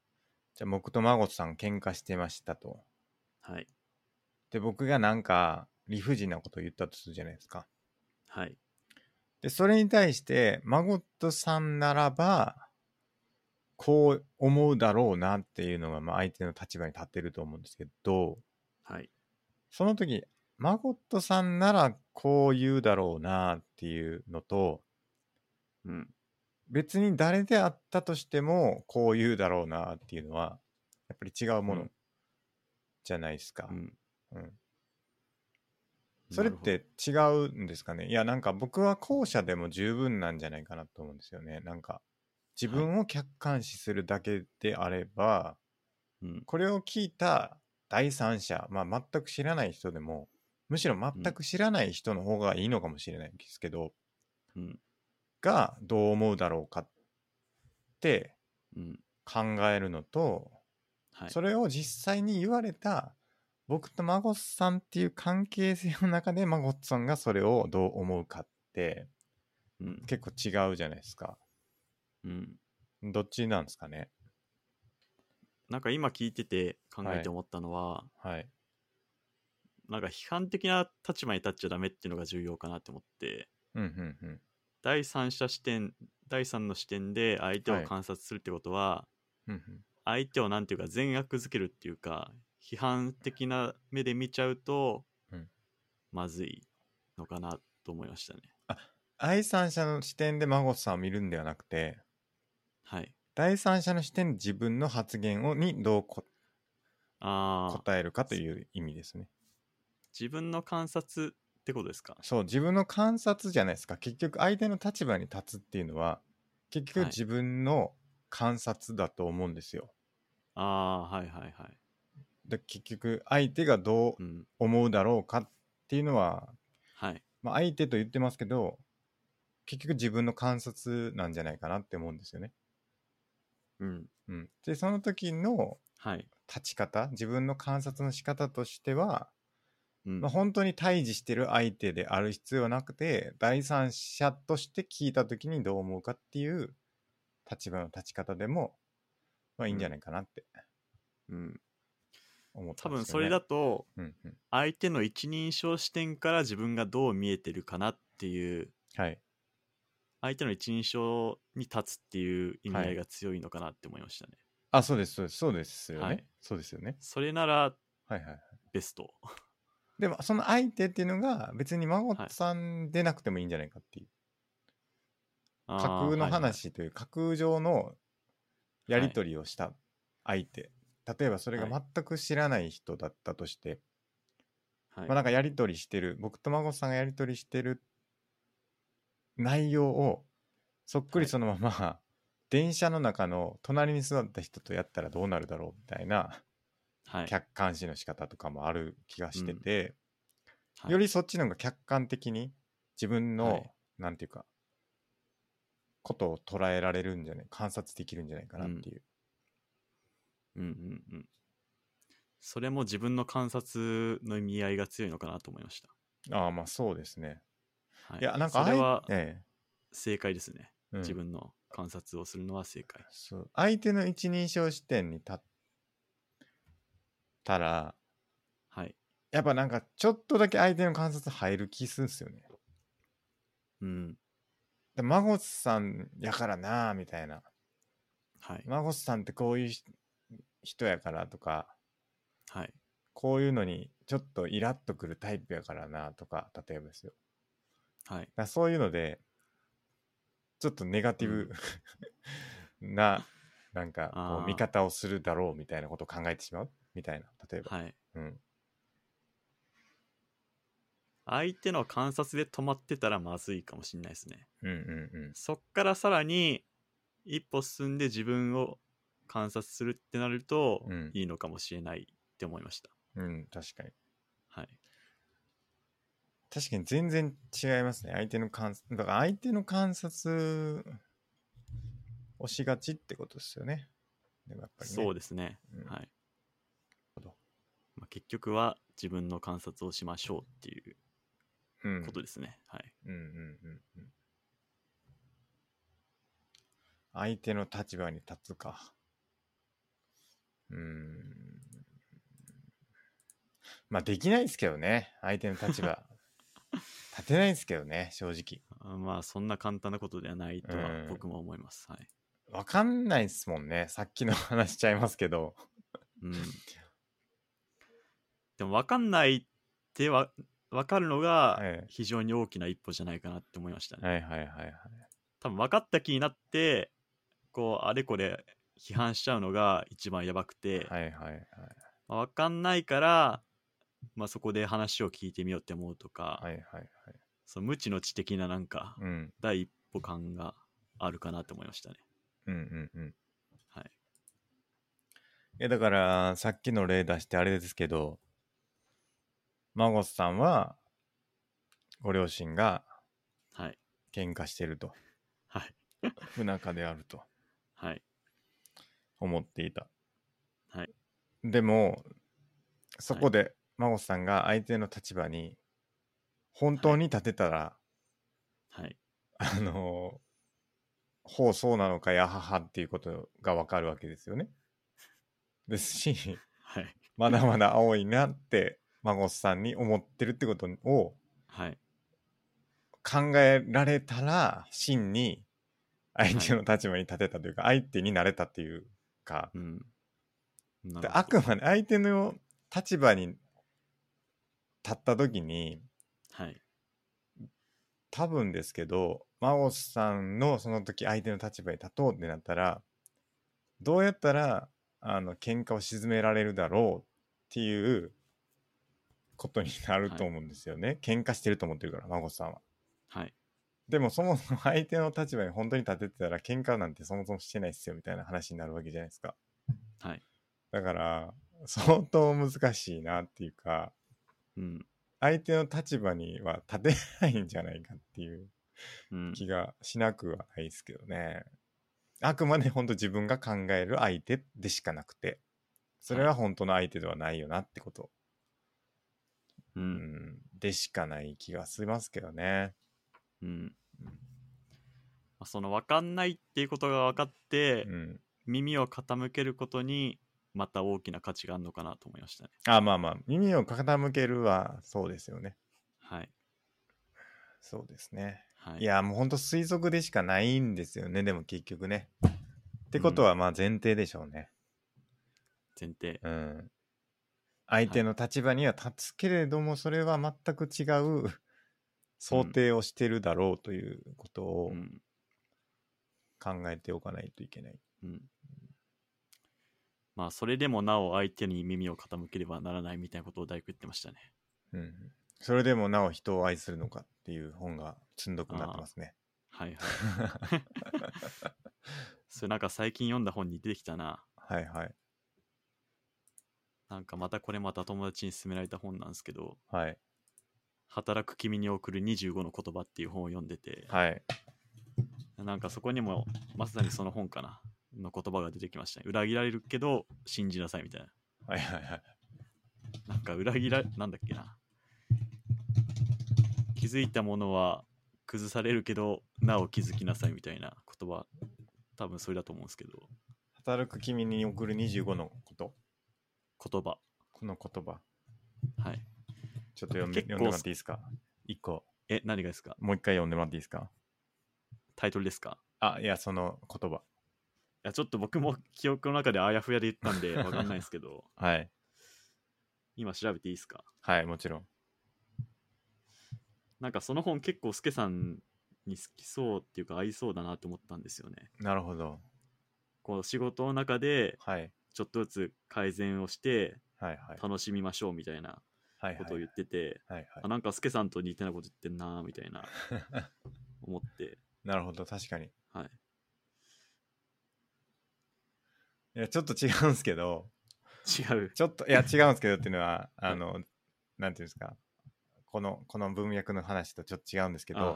じゃあ僕と孫さん喧嘩してましたと。 はい。 で、僕がなんか理不尽なことを言ったとするじゃないですか。 はい。 で、それに対して孫さんならば、こう思うだろうなっていうのが、まあ相手の立場に立ってると思うんですけど、 はい。 その時、孫さんならこう言うだろうなっていうのと、 うん。 別に誰であったとしてもこう言うだろうなっていうのは、やっぱり違うものうん。 じゃないですか。 うん。 うん。それっなるほど。 て違うんですかね。いや、なんか僕は後者でも十分なんじゃないかなと思うんですよね。なんか、自はい。 分を客観視するだけであれば、 うん。 これを聞いた第三者、まあ全く知らない人でも、むしろうん。 全く知らない人の方がいいのかもしれないんですけど、 うん。 がどう思うだろうかってうん。 考えるのと、 はい。 それを実際に言われた僕と孫さんっていう関係性の中で孫さんがそれをどう思うかってうん。 結構違うじゃないですか。 うん。 どっちなんですかね。 なんか今聞いてて考はい。 えて思ったのは、 はい。 なんか批判的な立場に立っちゃダメっていうのが重要かなって思って、 うんうんうん。 第三者視点、第三の視点で相手をはい。 観察するってことは、 うんうん。 相手をなんていうか善悪づけるっていうか、批判的な目で見ちゃうとうん。 まずいのかなと思いましたね。 あ、第三者の視点で孫さんを見るんではなくて、 はい。 第三者の視点で自分の発言にどうああ、 答えるかという意味ですね。 自分の観察ってことですか？ そう、自分の観察じゃないですか。結局相手の立場に立つっていうのは、結局はい。 自分の観察だと思うんですよ。 ああ、はいはいはい。 で、結局相手がどううん。 思うだろうかっていうのは、 はい。 まあ、相手と言ってますけど、結局自分の観察なんじゃないかなって思うんですよね。 うん。 うん。で、その時のはい。 立ち方、自分の観察の仕方としては、まあ、 うん。 本当に対峙してる相手である必要はなくて、第三者として聞いた時にどう思うかっていう立場の立ち方でも、まあいいんじゃうん。 ないかなってうん。 思った多分それんですよね。 だと、 うんうん。 相手の一人称視点から自分がどう見えてるかなっていう、 はい。 相手の一人称に立つっていう意はい。 味合いが強いのかなって思いましたね。 あ、そうです、そうです、そうですよね。 はい。 そうですよね。 それならはいはいはい。 ベスト。 でも、その相手っていうのが別に孫はい。 さんでなくてもいいんじゃないかっていう。架ああ、 空のはいはい。 話という架空上のやりはい。 取りをした相手。例えばそれがはい。 全く知らない人だったとして、まあはい。 なんかやり取りしてる、僕と孫さんがやり取りしてる内容をそっくはい。 りそのまま電車の中の隣に座った人とやったらどうなるだろうみたいなはい。 客観視の仕方とかもある気がうん。 してて、 はい。 よりそっちの方が客観的に自分の、 はい。 なんていうか、ことを捉えられるんじゃない、観察できるんじゃないかうん。 なっていう。 うんうんうん。それも自分の観察の意味合いが強いのかなと思いました。 ああ、まあそうですね。 はい。 いや、なんかそれはえ正解ですね。 え、うん。 自分の観察をするのは正解。 そう。相手の一人称視点に立ったら、 はい。 やっぱなんかちょっとだけ相手の観察入る気するんですよね。 うん。 で孫さんやからなみたいな。 はい。 孫さんってこういう人やからとか、 はい。 こういうのにちょっとイラッとくるタイプやからなとか、例えばですよ。 はい。 だからそういうので、ちょっとネガティブうん。 な、なんかこう見あ方をするだろうみたいなことを考えてしまうみたいな、例えば。 あ。はい。 うん。 相手の観察で止まってたらまずいかもしれないですね。 うんうんそっからさらに一歩進んで自分を観察するってなるとうん。 いいのかもしれないって思いました。 うん。うん、確かに。 はい。 確かに全然違いますね。相手の観察、だから相手の観察をしがちってことですよね。でもやっぱりね。 そうですね。 うん。なるはい。 ほど。 まあ、結局は自分の観察をしましょうっていううん。 ことですね。はい。 うんうんうんうん。相手の立場に立つか。 まあできないですけどね。相手の立場立てないですけどね、正直。 まあそんな簡単なことではないとは僕も思います。はい。 わかんないですもんね。さっきの話しちゃいますけど。 でも分かんないって分かるのがはい非常に大きな一歩じゃないかなって思いましたね。 はいはいはいはい。 多分分かった気になってこうあれこれ批判しちゃうのが一番やばくて、 はいはいはい。 分かんないから、そこで話を聞いてみようって思うとか、 はいはいはい。 その無知の知的ななんか、第一歩感があるかなって思いましたね。 はい。だからさっきの例出してあれですけど、マゴスさんはご両親が喧嘩してると、 はい、 不仲であると、 はい、 思っていた。 はい。 でもそこでマゴスさんが相手の立場に本当に立てたら、 はい、 ほうそうなのかやははっていうことがわかるわけですよね。ですし、 はい、 まだまだ青いなってマゴスさんに思ってるってことを考えられたら、真に相手の立場に立てたというか、相手になれたっていうか、であくまで相手の立場に立った時に、多分ですけど、マゴスさんのその時相手の立場に立とうってなったら、どうやったら喧嘩を鎮められるだろうっていうことになると思うんですよね。喧嘩してると思ってるから、マゴスさんは。でもそもそも相手の立場に本当に立ててたら喧嘩なんてそもそもしてないっすよみたいな話になるわけじゃないですか。だから相当難しいなっていうか、相手の立場には立てないんじゃないかっていう気がしなくはないですけどね。あくまで本当自分が考える相手でしかなくて、それは本当の相手ではないよなってこと、でしかない気がしますけどね。 その分かんないっていうことが分かって、耳を傾けることにまた大きな価値があるのかなと思いましたね。 まあ耳を傾けるはそうですよね。そうですね。いやもうほんと推測でしかないんですよね。でも結局ね。ってことはまあ前提でしょうね。 前提。 相手の立場には立つけれども、それは全く違う想定をしてるだろうということを考えておかないといけない。 まあそれでもなお相手に耳を傾ければならないみたいなことを大工言ってましたね。 それでもなお人を愛するのかっていう本が積んどくになってますね。 それなんか最近読んだ本に出てきたな。なんかまた友達に勧められた本なんですけど、働く君に送る25の言葉っていう本を読んでて、なんかそこにもまさにその本かなの言葉が出てきましたね。裏切られるけど信じなさいみたいな。なんかなんだっけな。気づいたものは崩されるけどなお気づきなさいみたいな言葉、多分それだと思うんですけど。 働く君に送る25の言葉。 この言葉。ちょっと読んでもらっていいですか。1個。 何がですか。 もう一回読んでもらっていいですか。 タイトルですか。 いやその言葉。いやちょっと僕も記憶の中であやふやで言ったんで分かんないですけど今調べていいですか。 もちろん。 なんかその本結構スケさんに好きそうっていうか合いそうだなと思ったんですよね。 なるほど。 こう仕事の中でちょっとずつ改善をして楽しみましょうみたいなことを言ってて、なんかスケさんと似てないこと言ってんなみたいな思ってなるほど、確かに。 はい。 いやちょっと違うんですけど。 違う。 ちょっといや違うんですけどっていうのはなんていうんですか。この文脈の話とちょっと違うんですけど、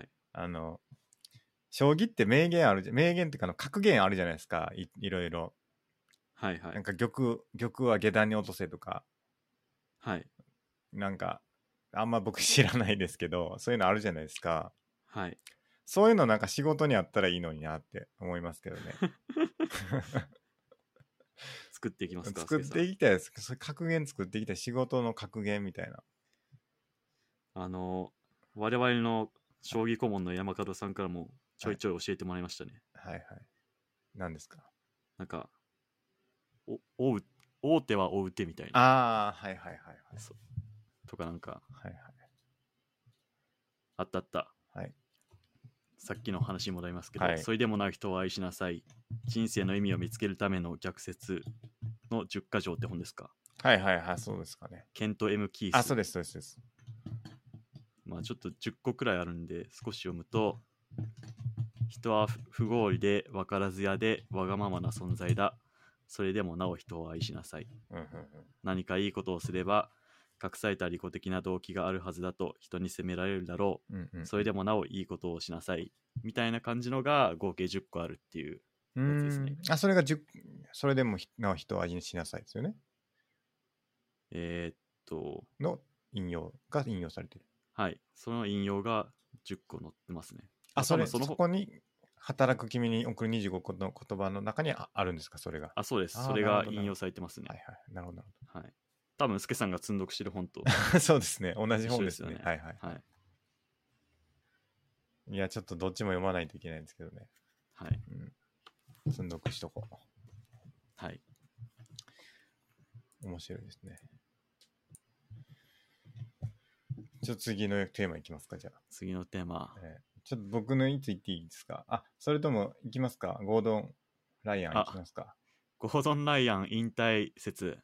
将棋って名言っていうか格言あるじゃないですか。いろいろ。なんか玉は下段に落とせとか。なんかあんま僕知らないですけど、そういうのあるじゃないですか。そういうのなんか仕事にあったらいいのになって思いますけどね。 作っていきますか？ 作っていきたいです。それ格言作っていきたい。仕事の格言みたいな。 我々の将棋顧問の山門さんからもちょいちょい教えてもらいましたね。 はいはい。何ですか？ なんか、大手は追う手みたいな。 ああ、はいはいはいはい。 そうとかなんか、 はいはい。 あったあった。 はい。 さっきの話に戻りますけど、 はいそれでもない人を愛しなさい。人生の意味を見つけるための逆説の10か条って本ですか？ はいはいはい、そうですかね。 ケント・ M ・キース。 あ、そうです、そうです。そうです。 まあちょっと10個くらいあるんで少し読むと、人は不合理で分からずやでわがままな存在だ。それでもなお人を愛しなさい。 うんうん何かいいことをすれば隠された利己的な動機があるはずだと人に責められるだろう。 うんうんうん、 それでもなおいいことをしなさい。みたいな感じのが合計10個あるっていうやつですね。 あ、それがそれでもなお人を愛しなさいですよね。の引用が引用されている。 はい。その引用が10個載ってますね。 あ、そこに働く君に送る25個の言葉の中にあるんですか、それが。 あ、そうです。それが引用されてますね。 はいはい。なるほどなるほど。はい。多分、スケさんが積んどくしてる本と。 そうですね。同じ本ですね。はいはい。 はい。 いや、ちょっとどっちも読まないといけないんですけどね。 はい。 積んどくしとこう。 はい。 面白いですね。ちょっと次のテーマいきますか、じゃあ。 次のテーマ。 ちょっと僕のについていいですか？あ、それともいきますか？ゴードン・ライアンいきますか？ ゴードン・ライアン引退説。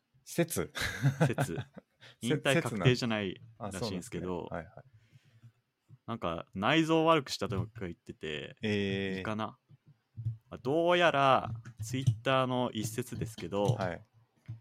引退確定じゃないらしいんですけど、 はいはい、 なんか内臓を悪くしたとか言ってて、いいかな。どうやらツイッターの一節ですけど、 はい、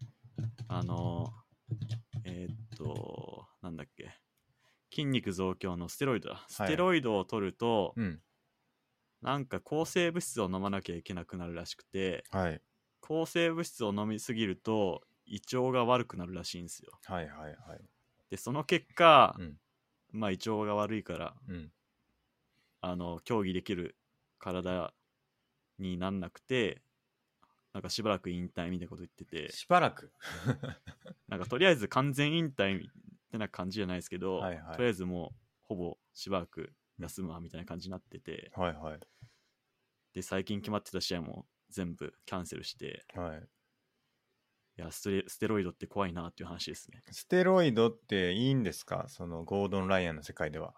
なんだっけ、筋肉増強のステロイドだ。ステロイドを取ると、なんか抗生物質を飲まなきゃいけなくなるらしくて、 はい、 抗生物質を飲みすぎると胃腸が悪くなるらしいんですよ。 はいはいはい。 でその結果、まあ胃腸が悪いから、競技できる体になんなくて、なんかしばらく引退みたいなこと言ってて、 しばらくなんかとりあえず完全引退みたいな感じじゃないですけど、 はいはい、 とりあえずもうほぼしばらく休むわみたいな感じになってて、 はいはい、 で最近決まってた試合も全部キャンセルして、 はい、 いやステロイドって怖いなっていう話ですね。 ステロイドっていいんですか？そのゴードン・ライアンの世界では。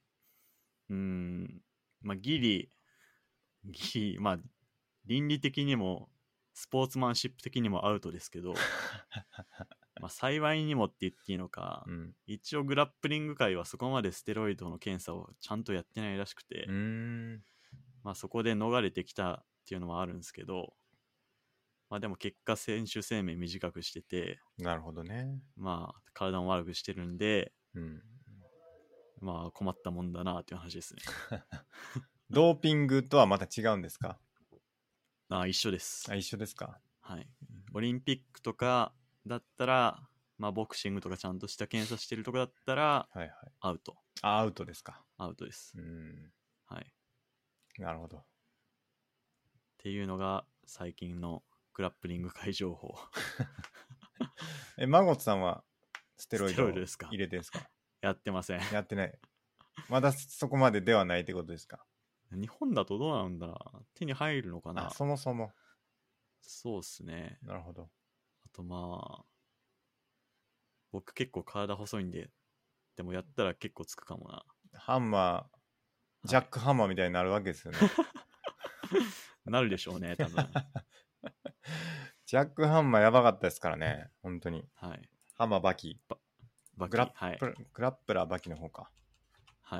まあギリまあ倫理的にもスポーツマンシップ的にもアウトですけどまあ幸いにもって言っていいのか、一応グラップリング界はそこまでステロイドの検査をちゃんとやってないらしくて、まあそこで逃れてきたっていうのはあるんですけど、まあでも結果選手生命短くしてて、 なるほどね。 まあ体も悪くしてるんで、まあ困ったもんだなっていう話ですね。 ドーピングとはまた違うんですか？ 一緒です。 一緒ですか？ はい。オリンピックとかだったら、まあボクシングとかちゃんとした検査してるとこだったら、アウト。 アウトですか？ アウトです。はい。 なるほど。 っていうのが最近のグラップリング界情報。 マゴットさんはステロイドですか？ 入れてんすか？ やってません。 やってない。まだそこまでではないってことですか？ 日本だとどうなんだ？手に入るのかな？ そもそも。 そうっすね。 なるほど。 あとまあ、僕結構体細いんで、でもやったら結構つくかもな。 ハンマー、ジャックハンマーみたいになるわけですよね。 なるでしょうね、多分。 ジャックハンマーやばかったですからね、本当に。 はい。 ハンマーバキ。 グラップラーバキの方か。 はい。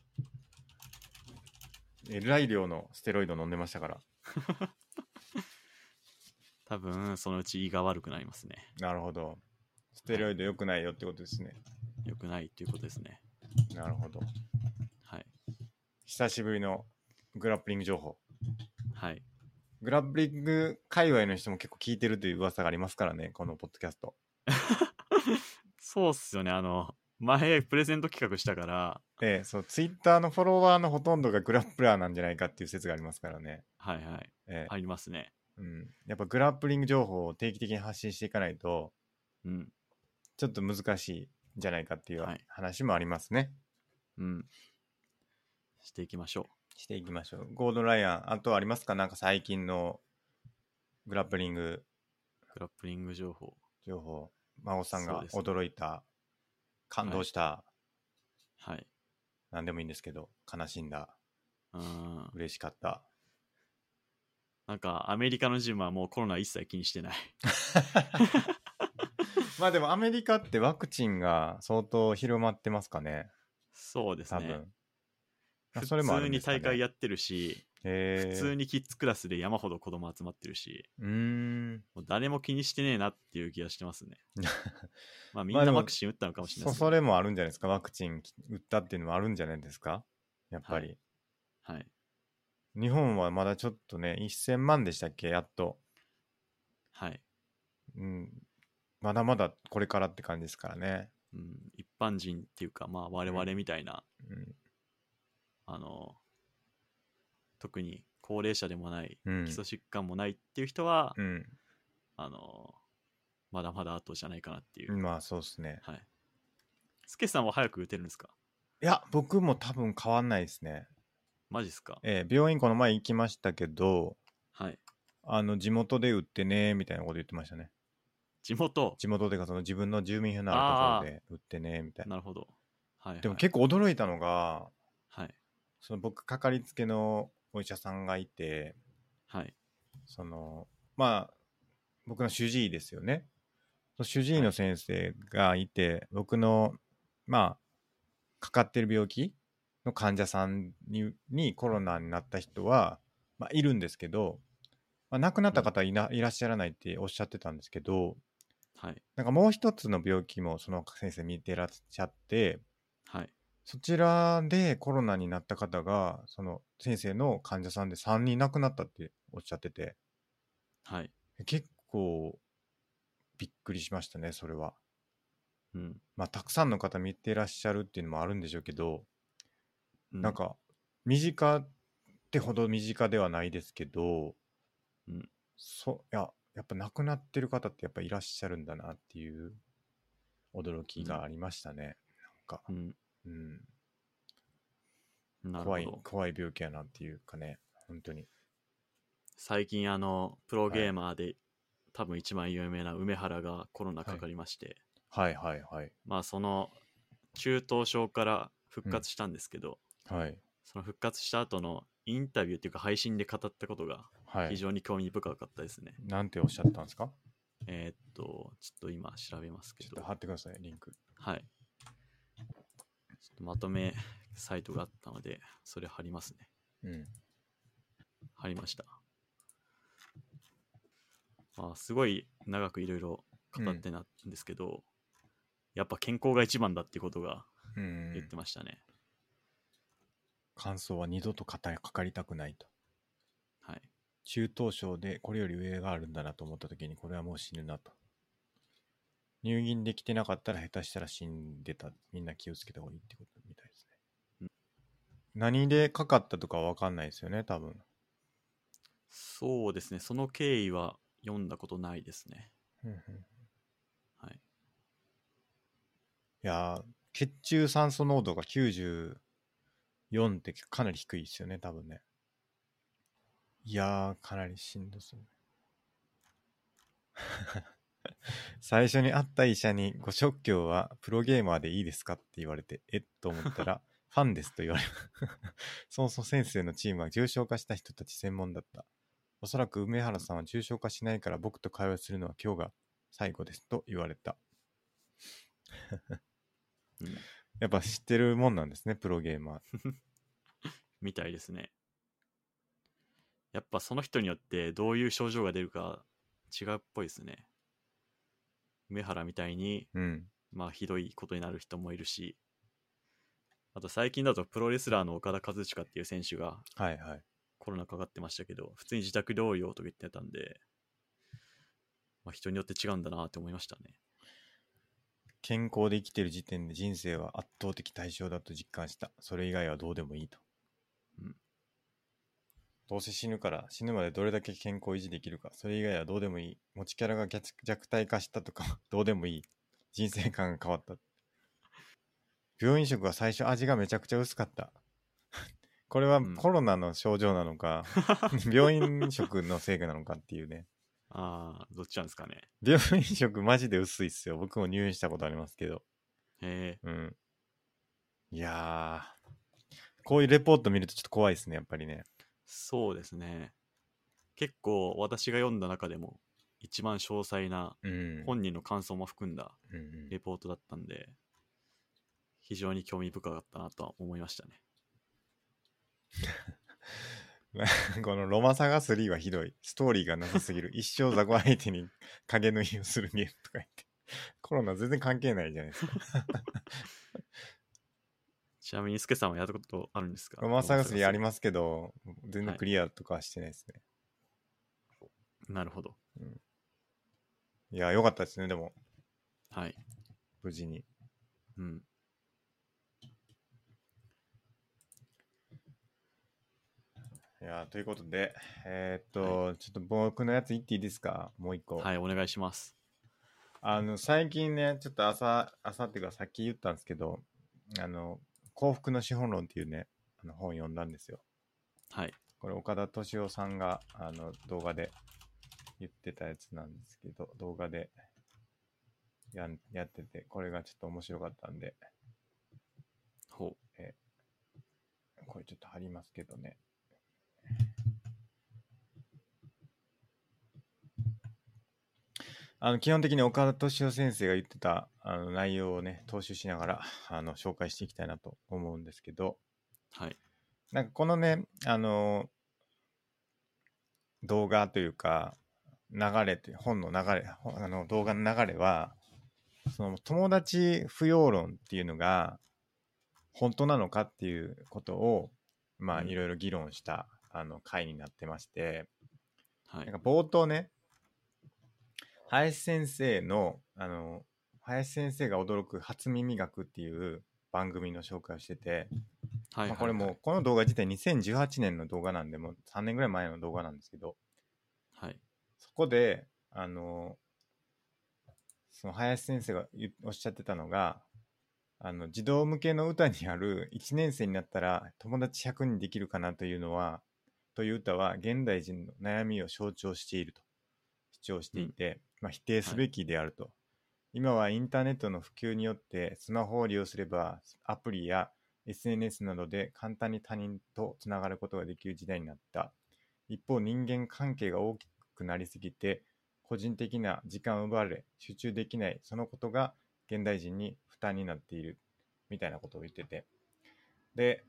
えらい量のステロイド飲んでましたから。 多分そのうち胃が悪くなりますね。 なるほど。ステロイド良くないよってことですね。 良くないっていうことですね。 なるほど。 はい。 久しぶりのグラップリング情報。 はい。 グラップリング界隈の人も結構聞いてるという噂がありますからね、このポッドキャスト。 そうっすよね。前プレゼント企画したから、 そう、ツイッターのフォロワーのほとんどがグラップラーなんじゃないかっていう説がありますからね。 はいはい。ありますね。 うん、やっぱグラップリング情報を定期的に発信していかないとうん。 ちょっと難しいんじゃないかっていうはい。 話もありますね。 うん。していきましょしていきましょう。ゴードン・ライアン、あとありますか？なんか最近のグラップリングう。グラップリング情報。 情報、真央さんがそうですね。 驚いた、感動した、 はい。 何でもいいんですけど、悲しんだ、 うん。 嬉しかった。 なんかアメリカのジムはもうコロナ一切気にしてない。 まあでもアメリカってワクチンが相当広まってますかね。 そうですね。 多分。まあ普それもある通にんですかね。 大会やってるし、普通にキッズクラスで山ほど子供集まってるし、 うーん。 もう誰も気にしてねえなっていう気がしてますね。まあみまあでもんなワクチン打ったのかもしれないですけど、 それもあるんじゃないですか。ワクチン打ったっていうのもあるんじゃないですか。やっぱり。 はい。 日本はまだちょっとね、1000万でしたっけ、やっと。 はい。 うん。まだまだこれからって感じですからね。 うん、一般人っていうか、まあ我々みたいな、 うん。 あの、特に高齢者でもない、 うん。 基礎疾患もないっていう人は、 うん。 あの、まだまだ後じゃないかなっていう。 まあそうですね。 はい。スケさんは早く打てるんですか？ いや、僕も多分変わんないですね。 マジっすか？ 病院この前行きましたけど、 はい。 地元で打ってねみたいなこと言ってましたね。 地元。 地元でかその自分の住民票のあるところあで打ってねみたいあ、 な。 なるほど。はいはい。 でも結構驚いたのが、 はい。 その僕かかりつけのお医者さんがいて、 はい。 そのまあ僕の主治医ですよね。その主治医のはい。 先生がいて、僕のまあかかってる病気の患者さんにコロナになった人は、まあ、いるんですけど、まあ、亡くなったうん。 方いらっしゃらないっておっしゃってたんですけど、 はい。 なんかもう一つの病気もその先生見てらっしゃって、 はい。 そちらでコロナになった方がその先生の患者さんで3人亡くなったっておっしゃってて、 はい。 結構びっくりしましたね、それは。 うん。 まあたくさんの方見てらっしゃるっていうのもあるんでしょうけど、 うん。 なんか身近ってほど身近ではないですけど、 うん。 やっぱ亡くなってる方ってやっぱいらっしゃるんだなっていう驚きがありましたね。なんか、 うん。 うん、 なるほど。 怖い病気やなっていうかね、本当に。 最近プロはい。 ゲーマーで多分一番有名な梅原がコロナかはい。 かりまして、 はいはいはい。 まあその中等症から復うん。 活したんですけど、 はい。 その復活した後のインタビューっていうか配信で語ったことがはい。 非常に興味深かったですね。 なんておっしゃったんですか？ ちょっと今調べますけちょっとど、 貼ってください、リンク。 はい。ちょっとまとめサイトがあったので、それ貼りますね。 うん。 貼りました。すごい長くいろいろ語ってなんですけど、やっぱ健康が一番だっていうことがうん。 言ってましたね。 感想は二度とかかりたくないと。 はい。 中等症でこれより上があるんだなと思った時に、これはもう死ぬなと。入院できてなかったら下手したら死んでた。みんな気をつけた方がいいってことみたいですね。 うん。 何でかかったとかは分かんないですよね、多分。 そうですね。その経緯は読んだことないですね。 うんうん。 はい。 いやー、血中酸素濃度が94ってかなり低いですよね、多分ね。いやー、かなりしんどそう。最初に会った医者に、ご職業はプロゲーマーでいいですかって言われて、と思ったら、ファンですと言われそもそも先生のチームは重症化した人たち専門だった。おそらく梅原さんは重症化しないから僕と会話するのは今日が最後ですと言われた。 うん。 やっぱ知ってるもんなんですね、プロゲーマー。 みたいですね。やっぱその人によってどういう症状が出るか違うっぽいですね。梅原みたいに、 うん。 まあひどいことになる人もいるし、あと最近だとプロレスラーの岡田和親っていう選手がはいはい。 コロナかかってましたけど、普通に自宅療養とか言ってたんで、まあ、人によって違うんだなって思いましたね。 健康で生きてる時点で人生は圧倒的対象だと実感した。それ以外はどうでもいいと。 うん。 どうせ死ぬから死ぬまでどれだけ健康を維持できるか、それ以外はどうでもいい。持ちキャラが弱体化したとかどうでもいい。人生観が変わった。病院食は最初味がめちゃくちゃ薄かった。これはうんコロナの症状なのか、病院食のせいなのかっていうね。 ああ、どっちなんですかね。 病院食マジで薄いっすよ。僕も入院したことありますけど。 へえ。 うん。いやー、こういうレポート見るとちょっと怖いですね、やっぱりね。 そうですね。結構私が読んだ中でも一番詳細なうん。 本人の感想も含んだうんうんレポートだったんで、非常に興味深かったなとは思いましたね。 このロマサガ3はひどい。ストーリーがなさすぎる。一生雑魚相手に影縫いをするゲームとか言って。コロナ全然関係ないじゃないですか。 ちなみにスケさんはやったことあるんですか？ ロマサガ3ありす。 ますけど、全然クリアとかはしてないですね。 なるほど。 うん、いや、よかったですね、でも。 はい。 無事に。 うん。 いや、ということで、ちはい、 ょっと僕のやつ言っていいですか？もう一個。 はい、お願いします。 最近ね、ちょっと朝っていうかさっき言ったんですけど、幸福の資本論っていうね、本読んだんですよ。 はい。 これ岡田敏夫さんが動画で言ってたやつなんですけど、動画でやってて、これがちょっと面白かったんで、 ほこれちょっと貼りますけどね。基本的に岡田敏夫先生が言ってた内容をね、踏襲しながら紹介していきたいなと思うんですけど、 はい。 なんかこのね、動画というか、流れって本の流れ、動画の流れは、その友達不要論っていうのが本当なのかっていうことを、まあうんいろいろ議論した回になってまして、 はい。 なんか冒頭ね、林先生が驚く初耳学っていう番組の紹介をしてて、 はい。 まあ、これはい。 もうこの動画自体2018年の動画なんで、もう3年ぐらい前の動画なんですけど、 はい。 そこでその林先生がおっしゃってたのが、児童向けの歌にある1年生になったら友達100人できるかなという歌は現代人の悩みを象徴していると主張していて、まあ、否定すべきであると。今はインターネットの普及によってスマホを利用すればアプリや SNS などで簡単に他人とつながることができる時代になった。一方、人間関係が大きくなりすぎて個人的な時間を奪われ集中できない、そのことが現代人に負担になっているみたいなことを言ってて、で、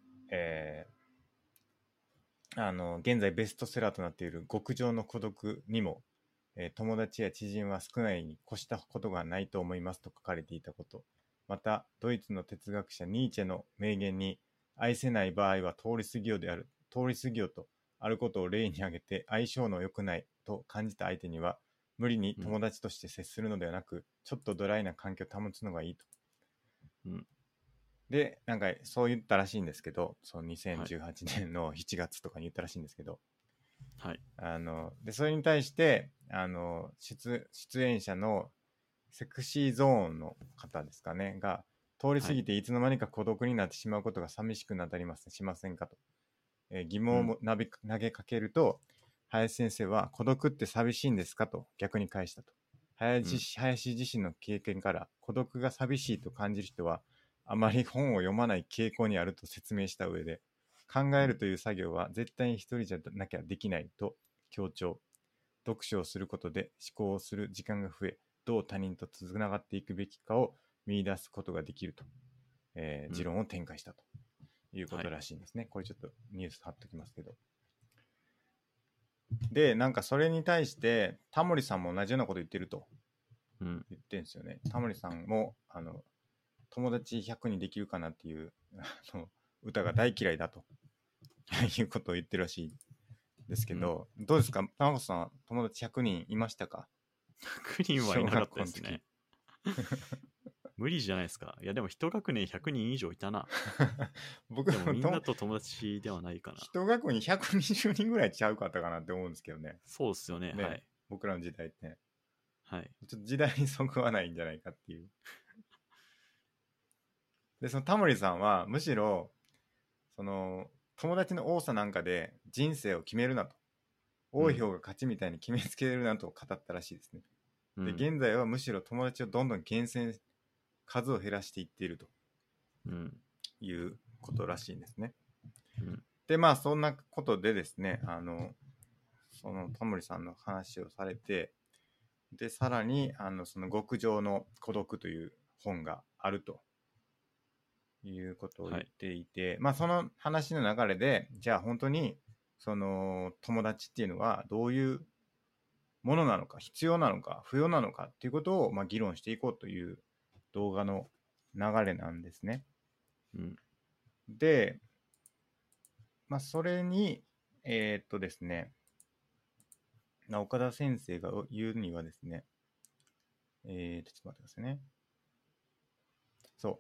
現在ベストセラーとなっている極上の孤独にも、友達や知人は少ないに越したことがないと思いますと書かれていたこと。また、ドイツの哲学者ニーチェの名言に、愛せない場合は通り過ぎよとあることを例に挙げて、相性の良くないと感じた相手には、無理に友達として接するのではなく、ちょっとドライな環境を保つのがいいと。 うん。 で、なんかそう言ったらしいんですけど、その2018年の7月とかに言ったらしいんですけど、 はい。 でそれに対して出演者のセクシーゾーンの方ですかねが、通り過ぎていつの間にか孤独になってしまうことが寂しくなったりしませんかと、疑問を投げかけると、林先生は孤独って寂しいんですかと逆に返したと。林自身の経験から、孤独が寂しいと感じる人はあまり本を読まない傾向にあると説明した上で、考えるという作業は絶対に一人じゃなきゃできないと強調。読書をすることで思考をする時間が増え、どう他人とつながっていくべきかを見出すことができると、持論を展開したということらしいんですね。これちょっとニュース貼っときますけど。で、なんかそれに対してタモリさんも同じようなこと言ってると言ってるんですよね。タモリさんも友達100にできるかなっていう歌が大嫌いだということを言ってるらしいですけど、どうですか、玉子さん、友達100人いましたか？ 100人はいなかったですね。 無理じゃないですか。いや、でも一学年100人以上いたな。 僕でもみんなのと友達ではないかな。 一学に120人ぐらいちゃうかったかなって思うんですけどね。 そうっすよね。 ね、 はい。 僕らの時代ってね。 はい。 ちょっと時代にそぐわないんじゃないかっていう。で、そのタモリさんはむしろ、その友達の多さなんかで人生を決めるなと。多い方が勝ちみたいに決めつけるなと語ったらしいですね。 うん、 で、現在はむしろ友達をどんどん厳選、数を減らしていっているということらしいんですね。 うん、 で、まあそんなことでですね、そのタモリさんの話をされて、で、さらにその極上の孤独という本があるということを言っていて、はい、まあその話の流れで、じゃあ本当にその友達っていうのはどういうものなのか、必要なのか、不要なのかっていうことを、まあ、議論していこうという動画の流れなんですね。 うん、 で、まあ、それに、ですね、岡田先生が言うにはですね、ちょっと待ってくださいね。そう。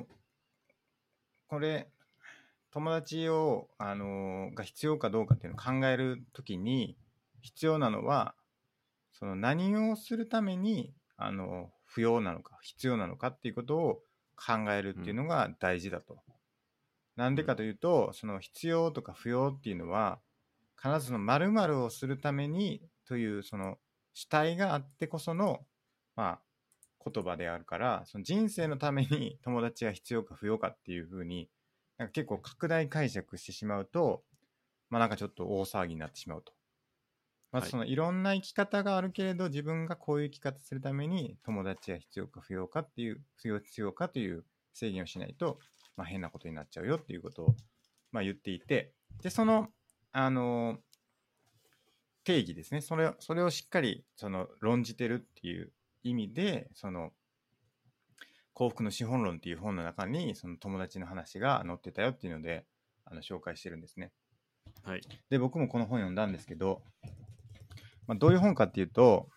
これ、友達を、が必要かどうかっていうのを考えるときに、必要なのは、その何をするために、不要なのか、必要なのかっていうことを考えるっていうのが大事だと。なんでかというと、その必要とか不要っていうのは、必ずその〇〇をするためにというその主体があってこその、まあ、言葉であるから、その人生のために友達が必要か不要かっていうふうに、なんか結構拡大解釈してしまうと、まあなんかちょっと大騒ぎになってしまうと。まずそのいろんな生き方があるけれど、自分がこういう生き方するために友達が必要か不要かっていう、必要かという制限をしないと、まあ、変なことになっちゃうよっていうことを、まあ、言っていて、で、その、定義ですね。それをしっかりその論じてるっていう意味で、その幸福の資本論っていう本の中にその友達の話が載ってたよっていうので紹介してるんですね。 はい。 で、僕もこの本読んだんですけど、まあ、どういう本かっていうと、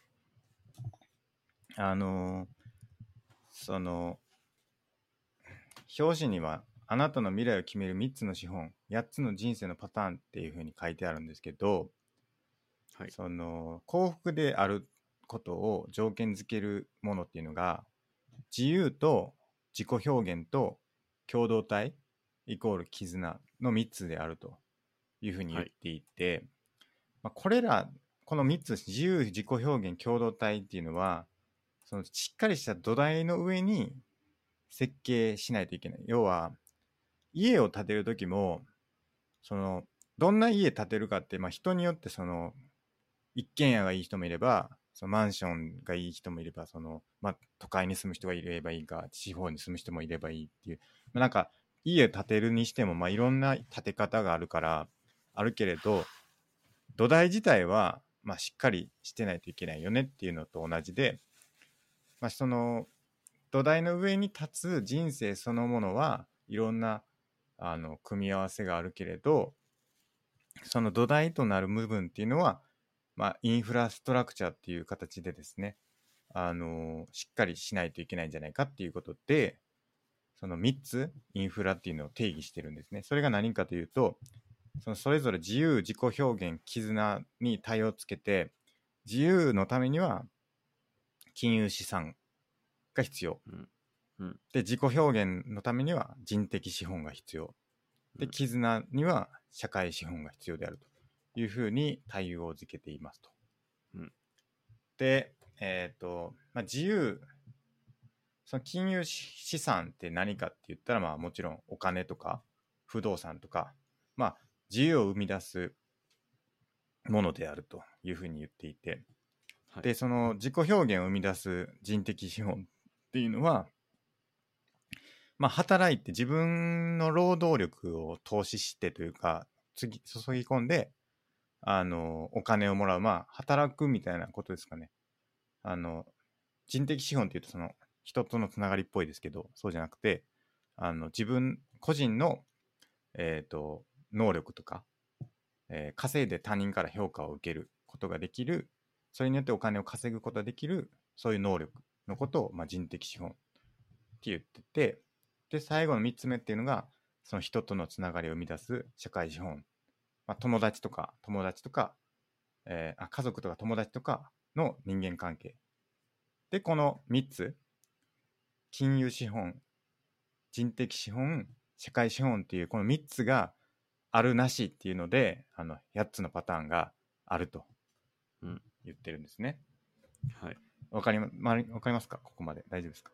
その表紙にはあなたの未来を決める3つの資本、8つの人生のパターンっていう風に書いてあるんですけど、 はい、 その幸福であることを条件づけるものっていうのが、自由と自己表現と共同体イコール絆の3つであるというふうに言っていて、はい、まあ、この3つ、自由、自己表現、共同体っていうのは、そのしっかりした土台の上に設計しないといけない。要は、家を建てるときも、その、どんな家建てるかって、まあ、人によってその、一軒家がいい人もいれば、そのマンションがいい人もいれば、その、まあ、都会に住む人がいればいいか、地方に住む人もいればいいっていう、まあ、なんか、家建てるにしても、まあ、いろんな建て方があるから、あるけれど、土台自体は、まあ、しっかりしてないといけないよねっていうのと同じで、まあ、その、土台の上に立つ人生そのものはいろんな組み合わせがあるけれど、その土台となる部分っていうのは、まあ、インフラストラクチャーっていう形でですね、しっかりしないといけないんじゃないかっていうことで、その3つインフラっていうのを定義してるんですね。それが何かというと、それぞれ自由、自己表現、絆に対応つけて、自由のためには金融資産が必要。で、自己表現のためには人的資本が必要。で、絆には社会資本が必要であるというふうに対応づけていますと。で、まあ、自由、その金融資産って何かって言ったら、まあもちろんお金とか不動産とか、まあ自由を生み出すものであるというふうに言っていて、はい、で、その自己表現を生み出す人的資本っていうのは、まあ働いて自分の労働力を投資してというか、注ぎ込んで、お金をもらう、まあ働くみたいなことですかね。人的資本っていうとその人とのつながりっぽいですけど、そうじゃなくて、自分個人の、能力とか、稼いで他人から評価を受けることができる、それによってお金を稼ぐことができる、そういう能力のことを、人的資本って言ってて、で最後の3つ目っていうのがその人とのつながりを生み出す社会資本、友達とか家族とか友達とかの人間関係で、この3つ、金融資本、人的資本、社会資本っていうこの3つがあるなしっていうので、8つのパターンがあると言ってるんですね。 はい。 わかりますか？ここまで大丈夫ですか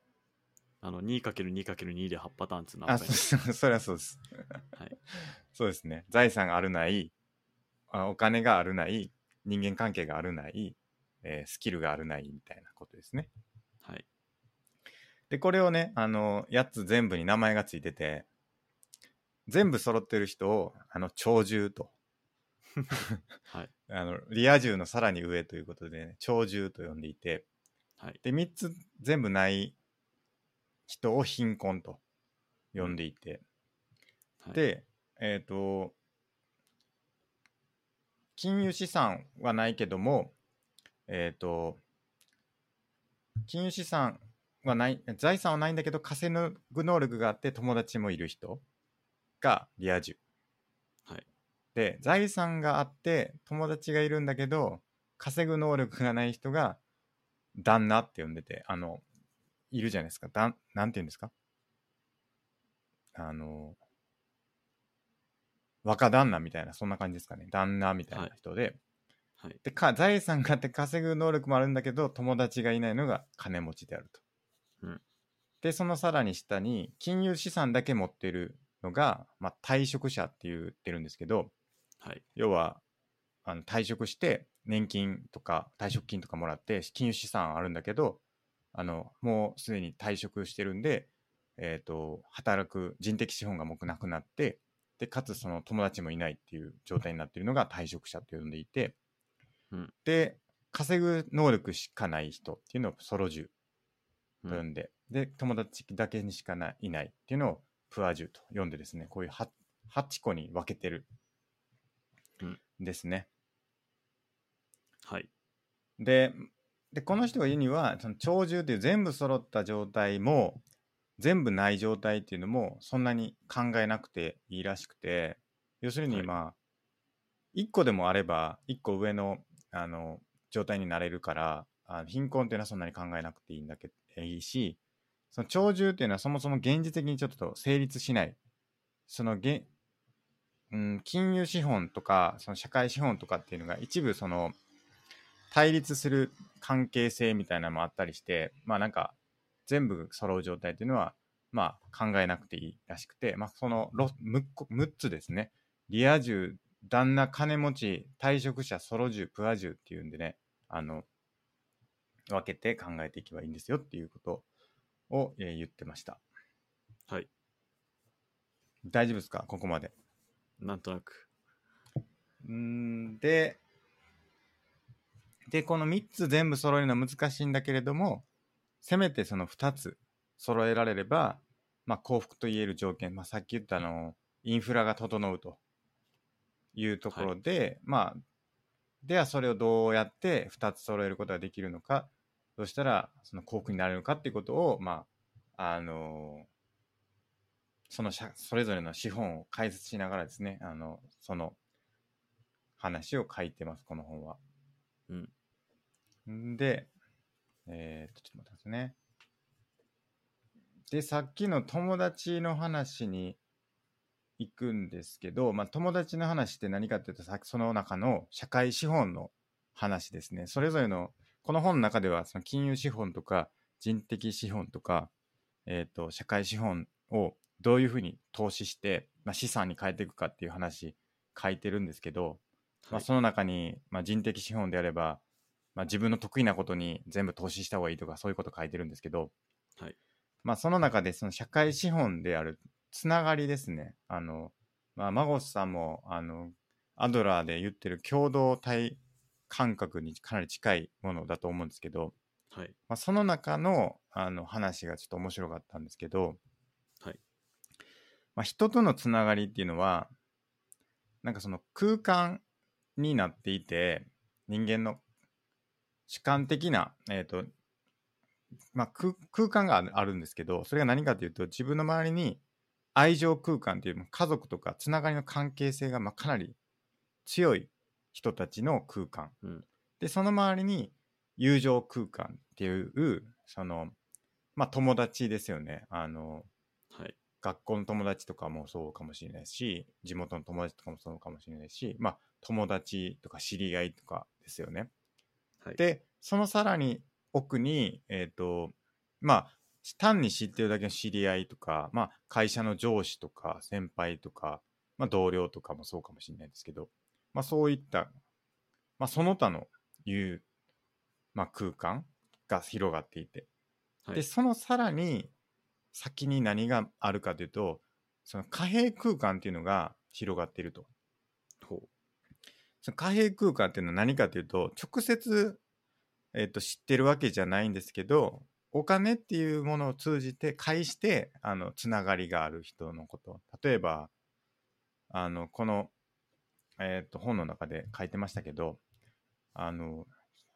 2×2×2 で8パターンつなあ、それはそうです。 はい。 そうですね。財産があるない、お金があるない、人間関係があるない、スキルがあるないみたいなことですね。 はい。 で、これをね、8つ全部に名前がついてて、全部揃ってる人を、長寿と。 はい。 リア充のさらに上ということで、ね、長寿と呼んでいて、 はい。 で、3つ全部ない人を貧困と呼んでいて、 はい、 で、金融資産はないけども、金融資産はない、財産はないんだけど稼ぐ能力があって友達もいる人がリア充。 はい。 で、財産があって友達がいるんだけど稼ぐ能力がない人が旦那って呼んでて、いるじゃないですか。なんて言うんですか？若旦那みたいな、そんな感じですかね。旦那みたいな人で、 はい。 で財産があって稼ぐ能力もあるんだけど友達がいないのが金持ちであると。 うん。 で、そのさらに下に金融資産だけ持ってるのが、退職者って言ってるんですけど、 はい。 要は退職して年金とか退職金とかもらって金融資産あるんだけど、もうすでに退職してるんで、働く人的資本がもうなくなって、でかつその友達もいないっていう状態になっているのが退職者と呼んでいて、 うん。 で稼ぐ能力しかない人っていうのをソロジュと呼んで、で友達だけにしかいないっていうのをプアジュと呼んでですね、こういう 8個に分けてるんですね。 はい。 でこの人が言うには、その長寿という全部揃った状態も全部ない状態っていうのもそんなに考えなくていいらしくて、要するに1個でもあれば1個上の状態になれるから、貧困っていうのはそんなに考えなくていいんだけどいいし、その長寿っていうのはそもそも現実的にちょっと成立しない。その金融資本とかその社会資本とかっていうのが一部その対立する関係性みたいなのもあったりして、なんか全部揃う状態っていうのは考えなくていいらしくて、その 6つですね。リア充、旦那、金持ち、退職者、ソロ充、プア充っていうんでね、分けて考えていけばいいんですよっていうことを、言ってました。 はい。 大丈夫ですか？ここまで。 なんとなく。 でこの3つ全部揃えるのは難しいんだけれども、せめてその2つ揃えられれば、幸福と言える条件、さっき言ったインフラが整うというところで、ではそれをどうやって2つ揃えることができるのか、どうしたらその幸福になれるのかっていうことを、それぞれの資本を解説しながらですね、その話を書いてます、この本は。で、ちょっと待ってますね。で、さっきの友達の話に行くんですけど、友達の話って何かっていうと、さっきその中の社会資本の話ですね。それぞれの、この本の中では、その金融資本とか人的資本とか、社会資本をどういうふうに投資して、資産に変えていくかっていう話書いてるんですけど、その中に、人的資本であれば、自分の得意なことに全部投資した方がいいとか、そういうこと書いてるんですけど、 はい。 その中でその社会資本であるつながりですね。マゴスさんもアドラーで言ってる共同体感覚にかなり近いものだと思うんですけど、 はい。 その中の話がちょっと面白かったんですけど、 はい。 人とのつながりっていうのはなんかその空間になっていて、人間の主観的な、 まあ、空間があるんですけど、それが何かというと、自分の周りに愛情空間という家族とかつながりの関係性がかなり強い人たちの空間。 うん。 で、その周りに友情空間っていう、友達ですよね。 はい。 学校の友達とかもそうかもしれないし、地元の友達とかもそうかもしれないし、友達とか知り合いとかですよね。 はい。 で、そのさらに奥に、まあ、単に知ってるだけの知り合いとか、会社の上司とか先輩とか、同僚とかもそうかもしれないですけど、そういった、その他のいう、空間が広がっていて、で、 はい。 そのさらに先に何があるかというと、その貨幣空間っていうのが広がっていると。 ほう。 その貨幣空間っていうのは何かというと、直接、知ってるわけじゃないんですけど、お金っていうものを通じて介してつながりがある人のこと。例えばこの、本の中で書いてましたけど、あの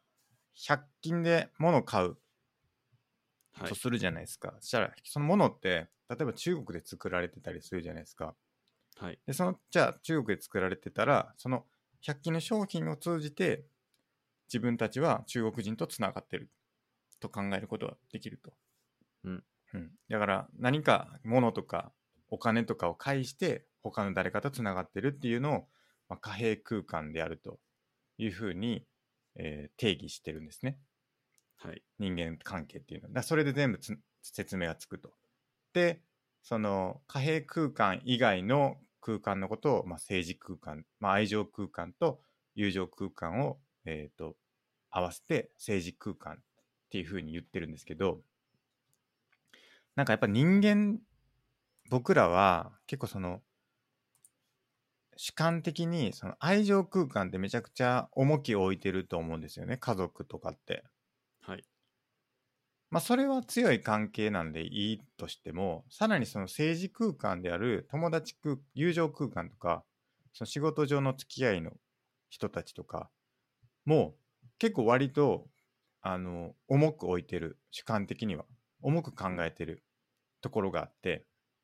100均で物を買うはい。 とするじゃないですか。そしたらそのものって例えば中国で作られてたりするじゃないですか。 はい。 でじゃあ中国で作られてたら、その100均の商品を通じて自分たちは中国人とつながってると考えることができると。 うん。 だから何か物とかお金とかを介して他の誰かとつながってるっていうのを、貨幣空間であるというふうに、定義してるんですね。 はい。 人間関係っていうのは。それで全部説明がつくと。で、その貨幣空間以外の空間のことを、政治空間、愛情空間と友情空間を、合わせて政治空間っていうふうに言ってるんですけど、なんかやっぱ人間、僕らは結構その主観的にその愛情空間ってめちゃくちゃ重きを置いてると思うんですよね、家族とかって。 はい。 それは強い関係なんでいいとしても、さらにその政治空間である友達友情空間とか、その仕事上の付き合いの人たちとかも結構割と重く置いてる、主観的には重く考うん。 えてるところがあって、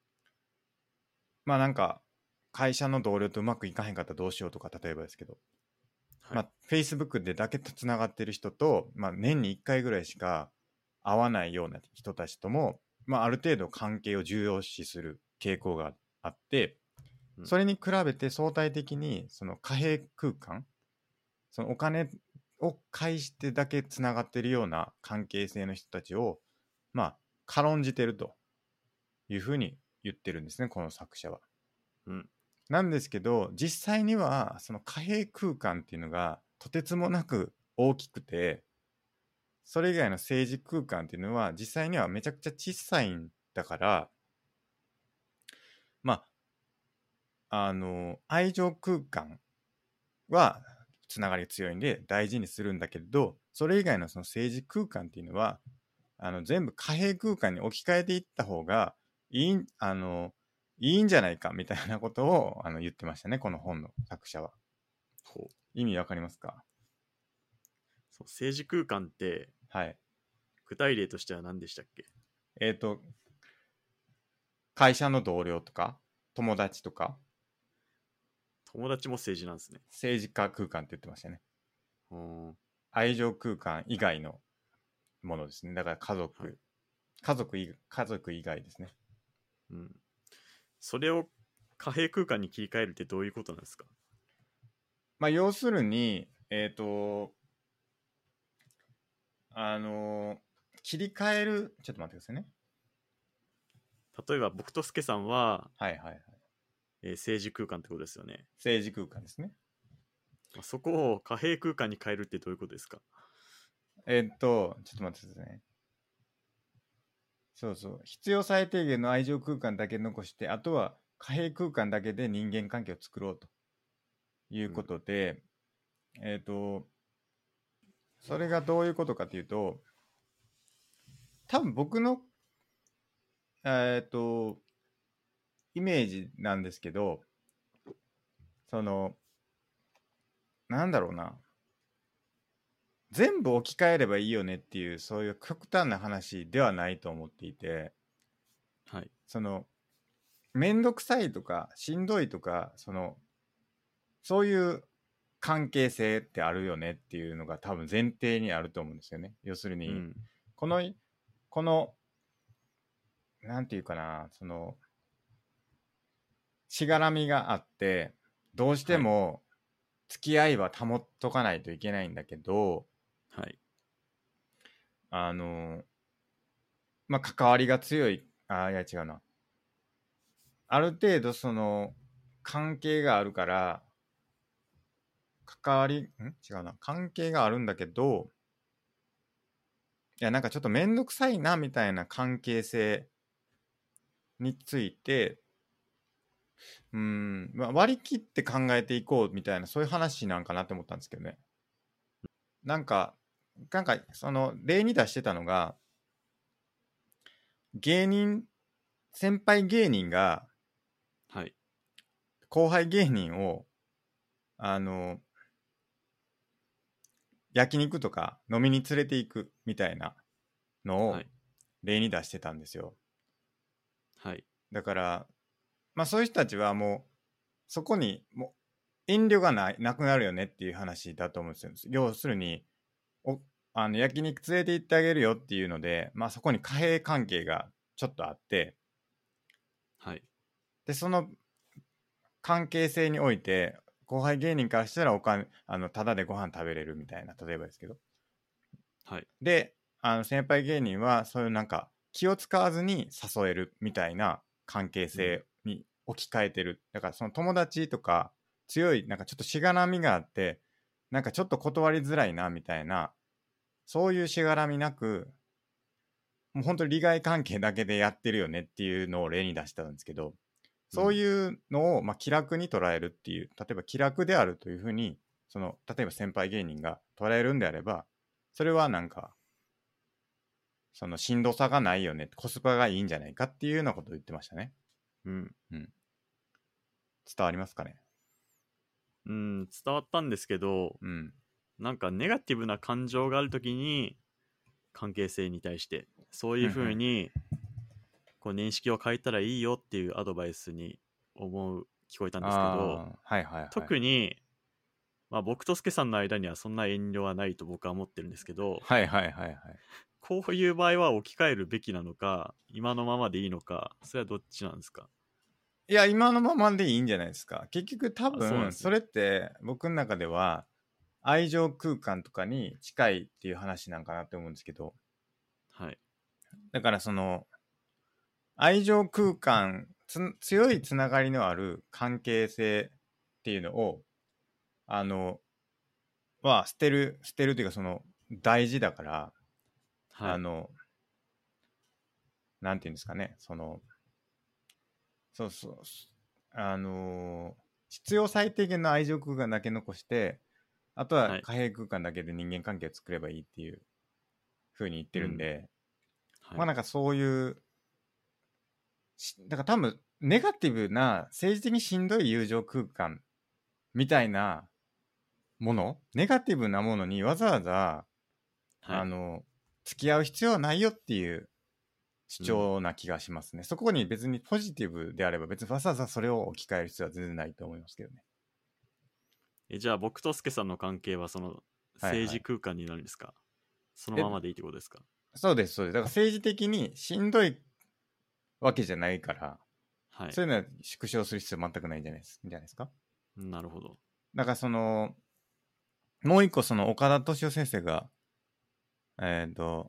なんか会社の同僚とうまくいかへんかったらどうしようとか、例えばですけど、 はい。 Facebook でだけとつながってる人と、年に1回ぐらいしか会わないような人たちとも、ある程度関係を重要視する傾向があって、 うん。 それに比べて相対的にその貨幣空間、そのお金を介してだけつながってるような関係性の人たちを、軽んじてるというふうに言ってるんですね、この作者は。 うん。 なんですけど、実際にはその貨幣空間っていうのがとてつもなく大きくて、それ以外の政治空間っていうのは実際にはめちゃくちゃ小さいんだから、ま愛情空間はつながりが強いんで大事にするんだけれど、それ以外のその政治空間っていうのは全部貨幣空間に置き換えていった方がいいんじゃないかみたいなことを言ってましたね、この本の作者は。 ほう。 意味わかりますか？ そう、政治空間ってはい。 具体例としては何でしたっけ？ えっ、と、会社の同僚とか、友達とか、 友達も政治なんですね。 政治家空間って言ってましたね。 うん。 愛情空間以外のものですね。だからはい。 家族以外ですね。 うん。それを貨幣空間に切り替えるってどういうことなんですか？ 要するに、あの切り替える、ちょっと待ってくださいね。 例えば僕とスケさんは、 はいはいはい。 政治空間ってことですよね。 政治空間ですね。 そこを貨幣空間に変えるってどういうことですか？ ちょっと待ってくださいね。そうそう。必要最低限の愛情空間だけ残して、あとは貨幣空間だけで人間関係を作ろうというこうん。 とで、それがどういうことかというと、多分僕の、イメージなんですけど、その、なんだろうな。 全部置き換えればいいよねっていうそういう極端な話ではないと思っていて、 はい。 そのめんどくさいとかしんどいとかそういう関係性ってあるよねっていうのが多分前提にあると思うんですよね。要するに、 うん。 このこのなんていうかな、しがらみがあってどうしてはい。 も付き合いは保っとかないといけないんだけど、 はい。 あのまあ関わりが強い、いや違うな、ある程度関係があるから違うな、関係があるんだけど、いやなんかちょっとめんどくさいなみたいな関係性について、まあ、割り切って考えていこうみたいな、そういう話なんかなって思ったんですけどね。なんか例に出してたのが、芸人先輩芸人がはい。 後輩芸人をあの焼肉とか飲みに連れていくみたいなのをはい。 例に出してたんですよ。 はい。 だからまあそういう人たちはもうそこにもう遠慮がなくなるよねっていう話だと思うんですよ。要するにお焼肉連れて行ってあげるよっていうので、まあそこに貨幣関係がちょっとあって、 はい。 でその関係性において後輩芸人からしたらお金タダでご飯食べれるみたいな、例えばですけど、 はい。 で先輩芸人はそういうなんか気を使わずに誘えるみたいな関係うん。 性に置き換えてる。だからその友達とか強いなんかちょっとしがらみがあって、なんかちょっと断りづらいなみたいな、そういうしがらみなく、もう本当に利害関係だけでやってるよねっていうのを例に出したんですけど、そううん。 いうのをまあ気楽に捉えるっていう、例えば気楽であるというふうに、例えば先輩芸人が捉えるんであれば、それはなんかしんどさがないよね、コスパがいいんじゃないかっていうようなことを言ってましたね。 うん。 うん。伝わりますかね。 うん。伝わったんですけど、 うん。 なんかネガティブな感情があるときに、関係性に対して、そういうふううんうん。 に、こう認識を変えたらいいよっていうアドバイスに聞こえたんですけど、 ああ、はいはいはい。 特に、まあ、僕とスケさんの間にはそんな遠慮はないと僕は思ってるんですけど、 はいはいはいはい。 こういう場合は置き換えるべきなのか、今のままでいいのか、それはどっちなんですか？ いや、今のままでいいんじゃないですか。結局多あ、そうなん分、 ですね。 それって僕の中では愛情空間とかに近いっていう話なんかなって思うんですけど、 はい。 だから愛情空間、強いつながりのある関係性っていうのを、あの、捨てるというか大事だから、 はい。 あの、なんていうんですかね、そうそう、必要最低限の愛情空間だけ残して、あとははい。 貨幣空間だけで人間関係を作ればいいっていう風に言ってうん。 るんで、 はい。 まあなんかそういう、だから多分、ネガティブな政治的にしんどい友情空間みたいなネガティブなものにわざわざ、 はい。 付き合う必要はないよっていう主うん。 張な気がしますね。そこに別にポジティブであれば別にわざわざそれを置き換える必要は全然ないと思いますけどね。 じゃあ僕とスケさんの関係はその政治はいはい。 空間になるんですか？そのえ、 ままでいいってことですか？ そうです、そうです。だから政治的にしんどいわけじゃないから、 はい。 そういうのは縮小する必要全くないんじゃないですか。 なるほど。 だからもう一個岡田敏夫先生が、えっ、と、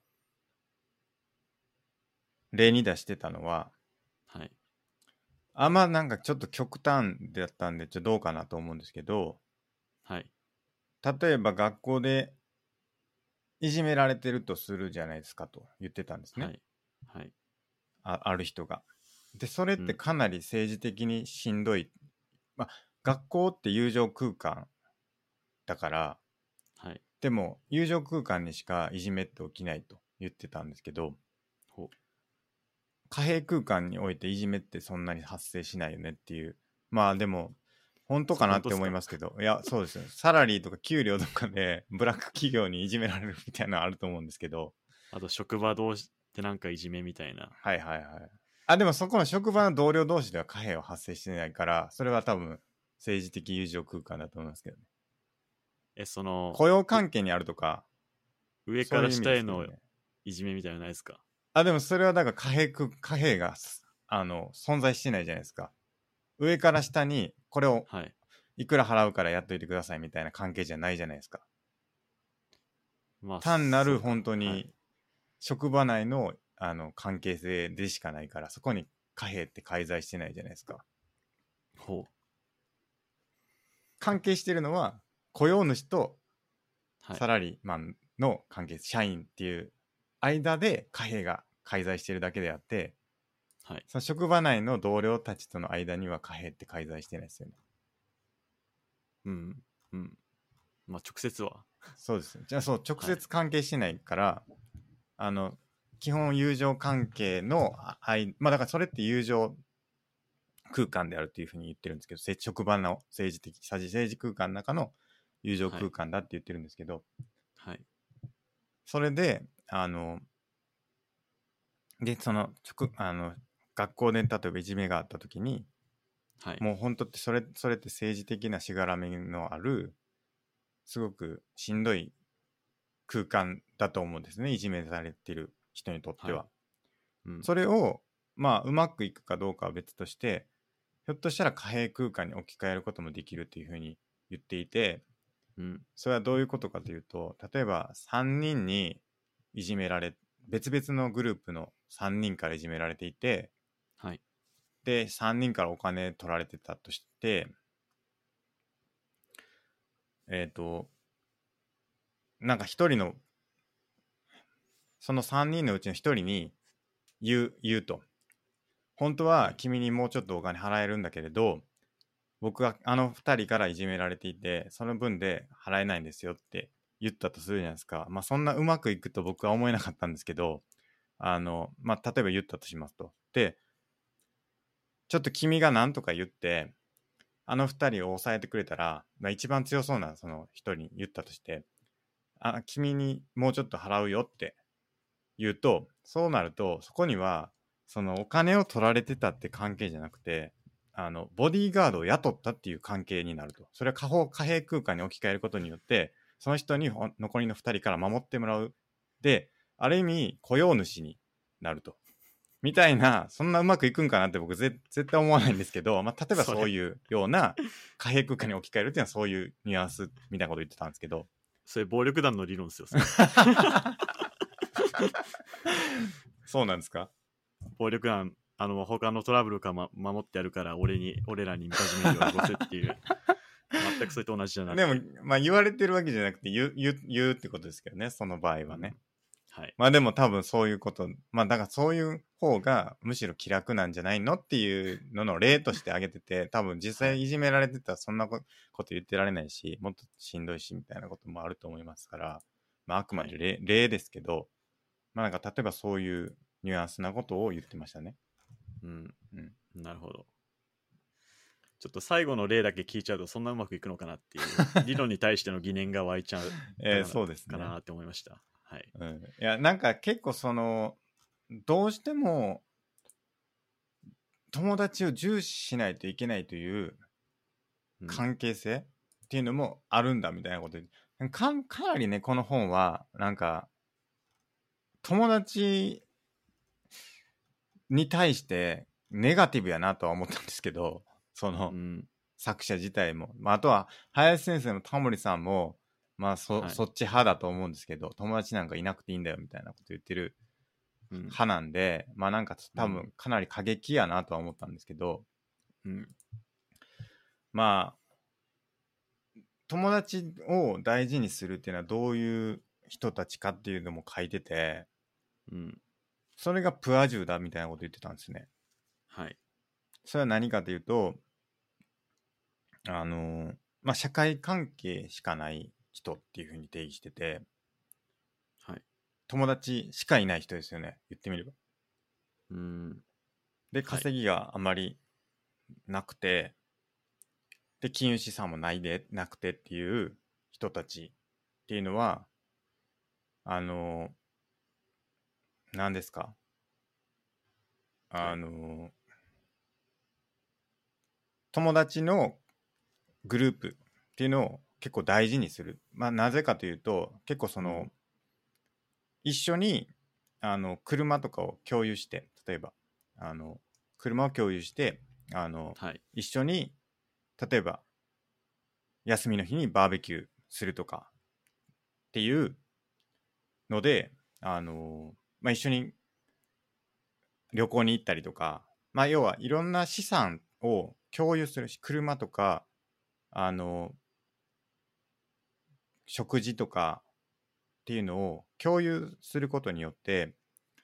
例に出してたのは、 はい。 なんかちょっと極端だったんで、どうかなと思うんですけど、 はい。 例えば学校でいじめられてるとするじゃないですかと言ってたんですね。 はい。はい。 ある人が。で、それっうん。 てかなり政治的にしんどい。まあ、学校って友情空間だから、 はい。 でも友情空間にしかいじめって起きないと言ってたんですけど、 ほ貨幣空間においていじめってそんなに発生しないよねっていう。まあでも、 本当かなって思い本当っすか？ ますけど、いや、そうですよ。サラリーとか給料とかでブラック企業にいじめられるみたいなのあると思うんですけど、 あと職場同士でなんかいじめみたいな。 はいはいはい。あ、でもそこの職場の同僚同士では貨幣は発生してないから、それは多分政治的友情空間だと思いますけどね。 その、 雇用関係にあるとか、 上からそういう意味下へのですけどね。 いじめみたいなのないですか？ あ、でもそれはだから貨幣が存在してないじゃないですか。上から下にこれをはい。 いくら払うからやっといてくださいみたいな関係じゃないじゃないですか。 まあ、 単なるそうか。 本当にはい。 職場内の関係性でしかないから、そこに貨幣って介在してないじゃないですか。 ほう。 関係してるのは雇用主とはいサ。ラリーマンの関係、社員っていう間で貨幣が介在してるだけであって、 はい。 その職場内の同僚たちとの間には貨幣って介在してないですよね。 うん。うん。まあ、直接は。 そうです。じゃあそう、直はい。 接関係してないから、基本友情関係のまあだからそれって友情空間であるっていうふうに言ってるんですけど、職場の政治空間の中の友情はい。 空間だって言ってるんですけど、 はい。 それで、その、学校で例えばいじめがあった時に、 はい。 もう本当ってそれって政治的なしがらみのある、すごくしんどい空間だと思うんですね。いじめされてる人にとっては。 はい。うん。 それを、まあ、うまくいくかどうかは別として、ひょっとしたら貨幣空間に置き換えることもできるっていうふうに言っていて、 うん。 それはどういうことかというと、例えば3人にいじめられ、別々のグループの3人からいじめられていて、 はい。 で、3人からお金取られてたとして、なんか1人の、その3人のうちの1人に言うと。本当ははい。 君にもうちょっとお金払えるんだけれど、僕があの2人からいじめられていて、その分で払えないんですよって言ったとするじゃないですか。まあそんなうまくいくと僕は思えなかったんですけど、まあ例えば言ったとしますと。で、ちょっと君が何とか言って、あの2人を抑えてくれたら、まあ、一番強そうなその1人に言ったとして、君にもうちょっと払うよって言うと、そうなると、そこには、そのお金を取られてたって関係じゃなくて、ボディーガードを雇ったっていう関係になると。それは貨幣空間に置き換えることによって、その人に残りの2人から守ってもらう。で、ある意味、雇用主になると。みたいな、そんなうまくいくんかなって僕絶対思わないんですけど、まあ、例えばそれ、 そういうような貨幣空間に置き換えるっていうのはそういうニュアンスみたいなこと言ってたんですけど。 それ暴力団の理論ですよ、それ。 そうなんですか？ 暴力団、他のトラブルから、守ってやるから、俺らにみかじめ料をよこせっていう。全くそれと同じじゃなくでもて。、 まあ言われてるわけじゃなくて言うってことですけどね、その場合はね。 うん。はい。 まあでも多分そういうこと、まあだからそういう方がむしろ気楽なんじゃないのっていうのの例として挙げてて、多分実はい。 際いじめられてたらそんなこと言ってられないし、もっとしんどいしみたいなこともあると思いますから、まああくまではい。 例ですけど、まあなんか例えばそういうニュアンスなことを言ってましたね。 うん。 うん。 なるほど。ちょっと最後の例だけ聞いちゃうとそんなうまくいくのかなっていう理論に対しての疑念が湧いちゃったそうですね。 かなって思いました。はい。 うん。いや、なんか結構どうしても友達を重視しないといけないといううん。 関係性っていうのもあるんだみたいなことで、かなりね、この本は、なんか、友達に対してネガティブやなとは思ったんですけど、そのうん。 作者自体も。まあ、あとは、林先生のタモリさんも、まあはい。 そっち派だと思うんですけど、友達なんかいなくていいんだよみたいなこと言ってるうん。 派なんで、まあなんか多うん。 分かなり過激やなとは思ったんですけど、 うん。 まあ、友達を大事にするっていうのはどういう人たちかっていうのも書いてて、 うん。 それがプアジュだみたいなこと言ってたんですね。 はい。 それは何かというと、まあ、社会関係しかない人っていうふうに定義してて、 はい。 友達しかいない人ですよね、言ってみれば。 うん。 で、 はい。 稼ぎがあまりなくて、 で金融資産もなくてっていう人たちっていうのは何ですか、友達のグループっていうのを結構大事にする。まあなぜかというと、結構一緒に車とかを共有して、例えば車を共有してはい。 一緒に例えば休みの日にバーベキューするとかっていうのでまあ、一緒に旅行に行ったりとか、まあ、要はいろんな資産を共有するし、車とか食事とかっていうのを共有することによって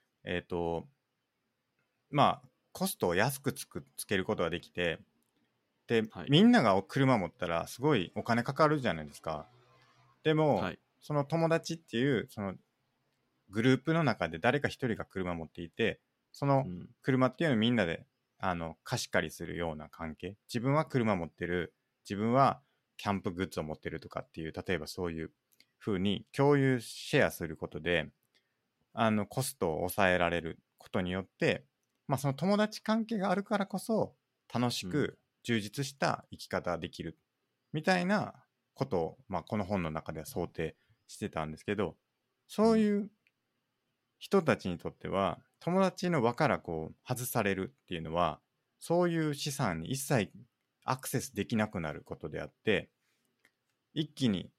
まあコストを安くつけることができて、ではい。 みんなが車持ったらすごいお金かかるじゃないですか。でもはい。 その友達っていうそのグループの中で誰か一人が車持っていて、そのうん。 車っていうのをみんなで貸し借りするような関係。自分は車持ってる、自分はキャンプグッズを持ってるとかっていう、例えばそういう風に共有シェアすることでコストを抑えられることによって、まあ、その友達関係があるからこそ楽しうん。 く充実した生き方ができるみたいなことを、まあ、この本の中では想定してたんですけど、 うん。 そういう人たちにとっては友達の輪からこう外されるっていうのは、そういう資産に一切アクセスできなくなることであって、一気に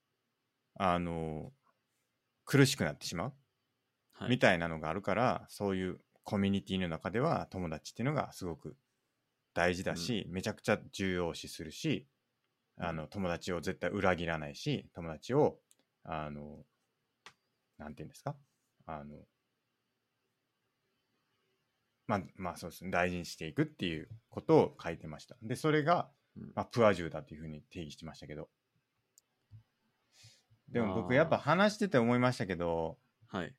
苦しくなってしまうはい。 みたいなのがあるから、そういうコミュニティの中では友達っていうのがすごく大事うん。 だし、めちゃくちゃ重要視するし、 うん。 友達を絶対裏切らないし、友達をあのなんていうんですか、あのまあそうですね、大事にしていくっていうことを書いてました。でそれが、 うん。 まあ、プアジュだというふうに定義してましたけど、でも僕やっぱま話してて思いましたけど、 あ、はい。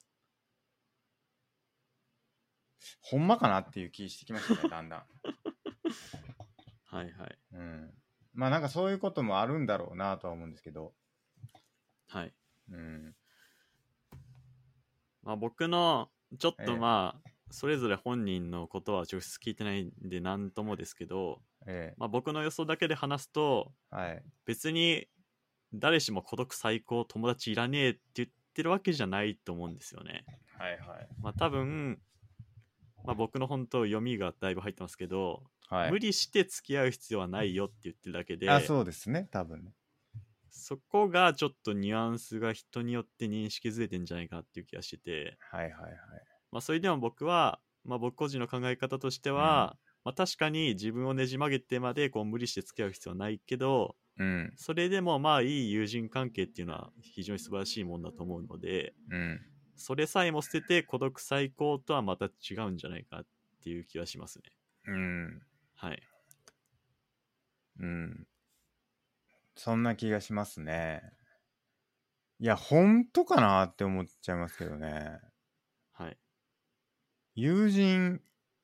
ほんまかなっていう気してきましたね、だんだん。 はいはい。 うん、まあなんかそういうこともあるんだろうなとは思うんですけど、 はい。 うん、 まあ僕の、ちょっとえまあ、それぞれ本人のことは直接聞いてないんで何ともですけど、 えまあ僕の予想だけで話すと、 はい。 別に誰しも孤独最高友達いらねえって言ってるわけじゃないと思うんですよね。 はいはい。 まあ多分、まあ僕の本当読みがだいぶ入ってますけど、 はい。 無理して付き合う必要はないよって言ってるだけあ、 で、 そうですね、多分ね。 そこがちょっとニュアンスが人によって認識ずれてんじゃないかなっていう気がしてて、 はいはいはい。 まあそれでも僕は、まあ僕個人の考え方としては、まあ確かに自分をねじ曲げてまでこう無理して付き合う必要はないけど、 うん。 それでもまあいい友人関係っていうのは非常に素晴らしいもんだと思うので、 うん。 それさえも捨てて孤独最高とはまた違うんじゃないかっていう気はしますね。 うん。 はい。 うん。そんな気がしますね。いや、本当かなって思っちゃいますけどね。 はい。 友人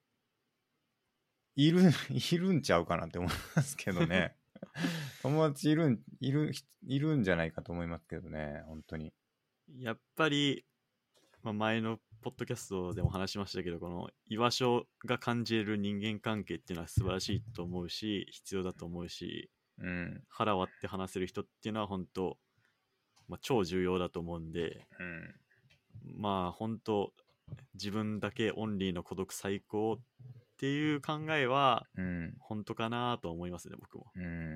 いる、いるんちゃうかなって思いますけどね。友達いるんじゃないかと思いますけどね、本当に。 やっぱり、まあ、前のポッドキャストでも話しましたけど、この居場所が感じれる人間関係っていうのは素晴らしいと思うし、必要だと思うし、 うん。 腹割って話せる人っていうのは本当、まあ、超重要だと思うんで、 うん。 まあ本当、自分だけオンリーの孤独最高っていう考えはうん。 本当かなと思いますね、僕も。 うん。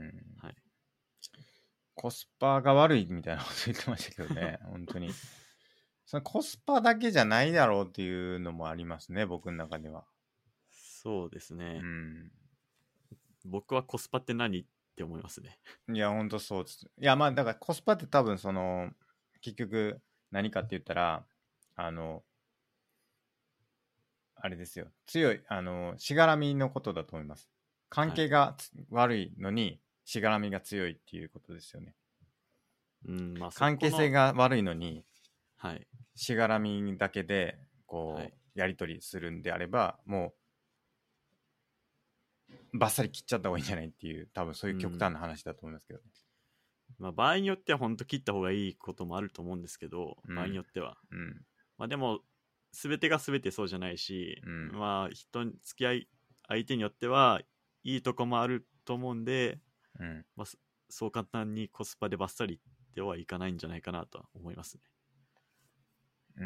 はい。 コスパが悪いみたいなこと言ってましたけどね、本当に。そのコスパだけじゃないだろうっていうのもありますね、僕の中では。 そうですうね。 ん。 僕はコスパって何って思いますね。 いや、ほんとそうです。いや、まあ、だからコスパって多分結局何かって言ったら、あの、あれですよ。強い、しがらみのことだと思います。関はい。 係が悪いのに、しがらみが強いっていうことですよね。 うん、まあそ関係この、 性が悪いのに、 はい。 しがらみだけで、 はい。 やり取りするんであれば、もバッサリ切っちゃった方がいいんじゃないっていう、多分そういう極端な話だと思いますけどね。 まあ、場合によっては本当切った方がいいこともあると思うんですけど、 うん場合によっては。 うんまあでも、全てが全てそうじゃないし、 うんまあ人に付き合い、相手によってはいいとこもあると思うんで、 うんまあ、そう簡単にコスパでバッサリではいかないんじゃないかなとは思いますね。 うん。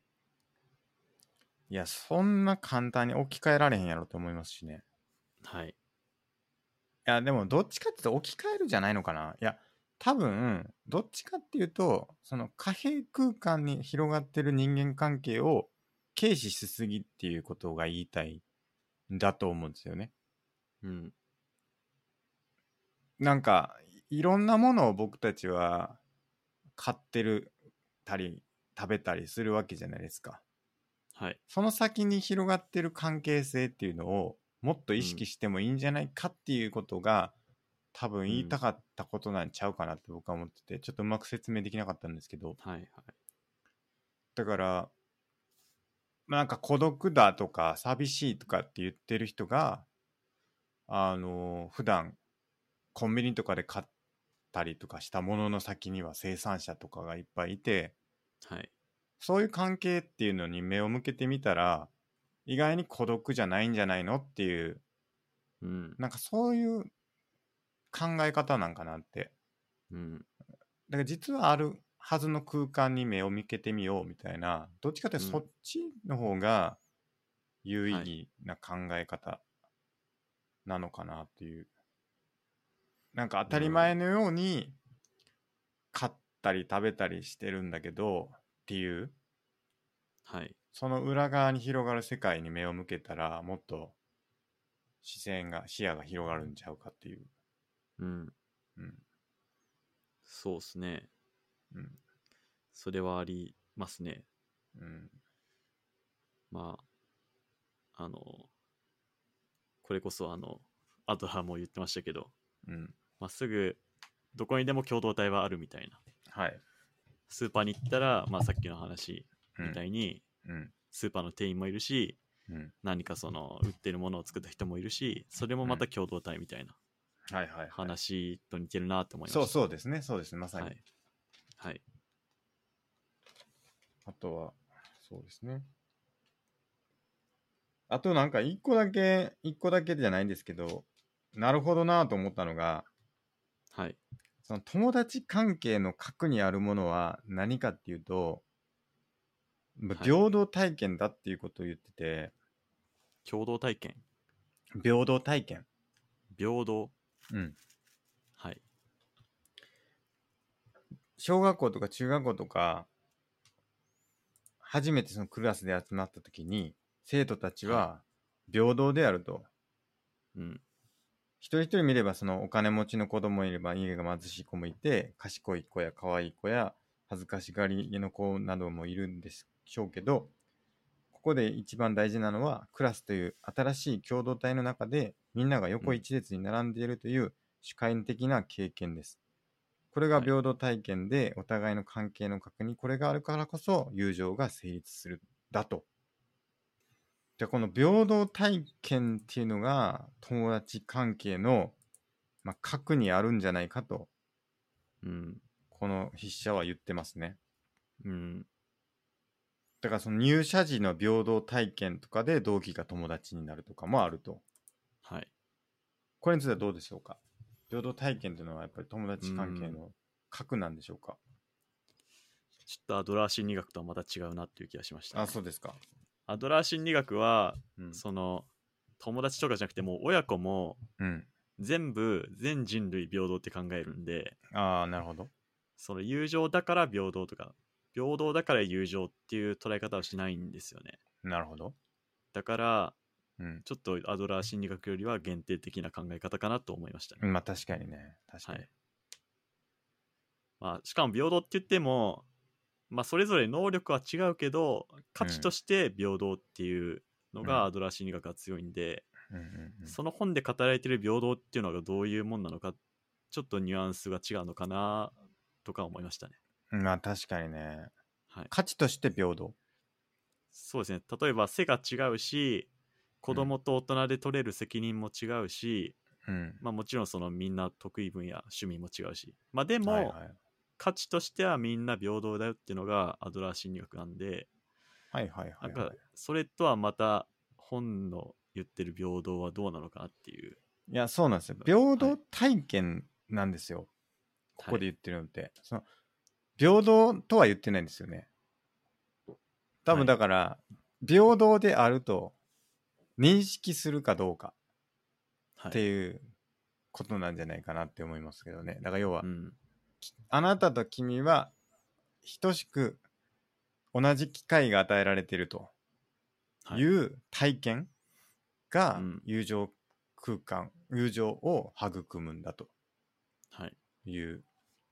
いや、そんな簡単に置き換えられへんやろと思いますしね。 はい。 いや、でもどっちかっていうと置き換えるじゃないのかな。いや、多分、どっちかっていうと、その貨幣空間に広がってる人間関係を軽視しすぎっていうことが言いたいんだと思うんですよね。 うん。 なんか、いろんなものを僕たちは買ってるたり、食べたりするわけじゃないですか。 はい。 その先に広がってる関係性っていうのをもっと意識してもいいんじゃないかっていうことが、多分言いたかったことなんちゃうかなって僕は思ってて、ちょっとうまく説明できなかったんですけど、 はいはい。 だから、なんか孤独だとか寂しいとかって言ってる人が、普段コンビニとかで買ったりとかしたものの先には生産者とかがいっぱいいて、 はい。 そういう関係っていうのに目を向けてみたら、意外に孤独じゃないんじゃないのっていう、 うん。 なんかそういう考え方なんかなって。 うん。 だから実はあるはずの空間に目を向けてみようみたいな、どっちかっていうとそっちの方が有意義な考え方なのかなっていう。なんか当たり前のように買ったり食べたりしてるんだけどっていう、 はい。 その裏側に広がる世界に目を向けたらもっと視野が広がるんちゃうかっていう。 うん。 うんそうっすね。 うんそれはありますね。 うんまあ、これこそアドラーも言ってましたけど、 うんまあ、すぐどこにでも共同体はあるみたいな。 はいスーパーに行ったら、まあ、さっきの話うんみたいに、 うんスーパーの店員もいるし、 うん何かその売ってるものを作った人もいるし、それもまた共同体みたいなはいはいはい話と似てるなって思いました。 そうですねそうですねまさに、 はい。はい。 あとはそうですねあとなんか一個だけじゃないんですけど、なるほどなと思ったのが、 はい。 その友達関係の核にあるものは何かっていうと、 はい平等体験だっていうことを言ってて、 共同体験。 平等体験。 平等。 うん。 はい。 小学校とか中学校とか、初めてそのクラスで集まった時に、生徒たちは平等であると。 うん。 一人一人見ればそのお金持ちの子供もいれば家が貧しい子もいて、賢い子や可愛い子や恥ずかしがりの子などもいるんでしょうけど、ここで一番大事なのはクラスという新しい共同体の中でみんなが横一列に並んでいるという主観的な経験です。これが平等体験でお互いの関係の核にこれがあるからこそ友情が成立するだと。でこの平等体験っていうのが友達関係の、核にあるんじゃないかとうん。 この筆者は言ってますね。 うん。 だからその入社時の平等体験とかで同期が友達になるとかもあると。 はい。 これについてはどうでしょうか。平等体験というのはやっぱり友達関係の核なんでしょうか。 ちょっとアドラー心理学とはまた違うなっていう気がしました、ね。 あ、そうですか。 アドラー心理学は、 うんその友達とかじゃなくてもう親子もうん全人類平等って考えるんで、 ああなるほど。 その友情だから平等とか平等だから友情っていう捉え方をしないんですよね。 なるほど。 だからうんちょっとアドラー心理学よりは限定的な考え方かなと思いましたね。 まあ確かにね。確かに。 はい。まあしかも平等って言っても、まあそれぞれ能力は違うけど価値として平等っていうのがアドラー心理学が強いんで、その本で語られてる平等っていうのがどういうもんなのか、ちょっとニュアンスが違うのかなとか思いましたね。 まあ確かにね。 はい。 価値として平等。 そうですね。例えば背が違うし、 子供と大人で取れる責任も違うし、 うん。 まあもちろんそのみんな得意分野、趣味も違うし、まあでも、 はいはい。 価値としてはみんな平等だよっていうのがアドラー心理学なんで、 はいはいはいはい。 なんかそれとはまた本の言ってる平等はどうなのかなっていう。 いや、そうなんですよ。平等はい体験なんですよ。ここはいで言ってるのって。その平等とは言ってないんですよね。多分だから、平等であると認識するかどうかはいっていうことなんじゃないかなって思いますけどね。だから要は、 うんあなたと君は等しく同じ機会が与えられているとはいいう体験がうん友情空間、友情を育むんだとはいいう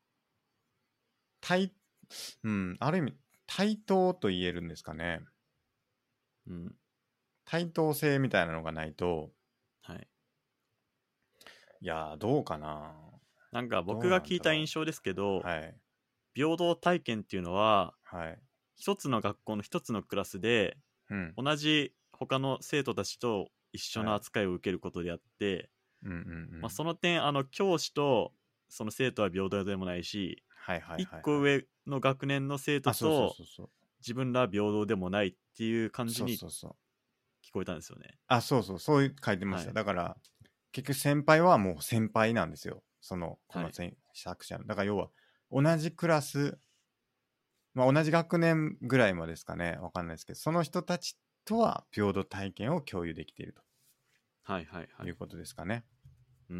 ある意味対等と言えるんですかね。 うん対等性みたいなのがないと、 はいいやどうかな。 なんかど僕が聞いうなんだろう。 た印象ですけど、 はい平等体験っていうのははい。 一つの学校の一つのクラスでうん同じ他の生徒たちと一緒の扱いを受けることであって、 うんうんうん。 まあ、その点教師とその生徒は平等でもないし、 はいはいはい、 一個上の学年の生徒そうそうとそうそう。 自分らは平等でもないっていう感じそうにそうそう。 聞こえたんですよね。 そうそう、そういう書いてました。 はいだから、結局先輩はもう先輩なんですよ。このはい作者の。だから要は、同じクラス、同じ学年ぐらいまでですかね。わかんないですけど、その人たちとは平等体験を共有できているはいはいはい。 ということですかね。 うん。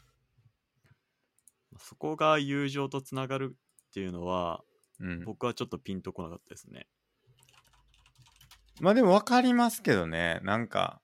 そこが友情とつながるっていうのは、 うん。 僕はちょっとピンとこなかったですね。 でもわかりますけどね。なんか、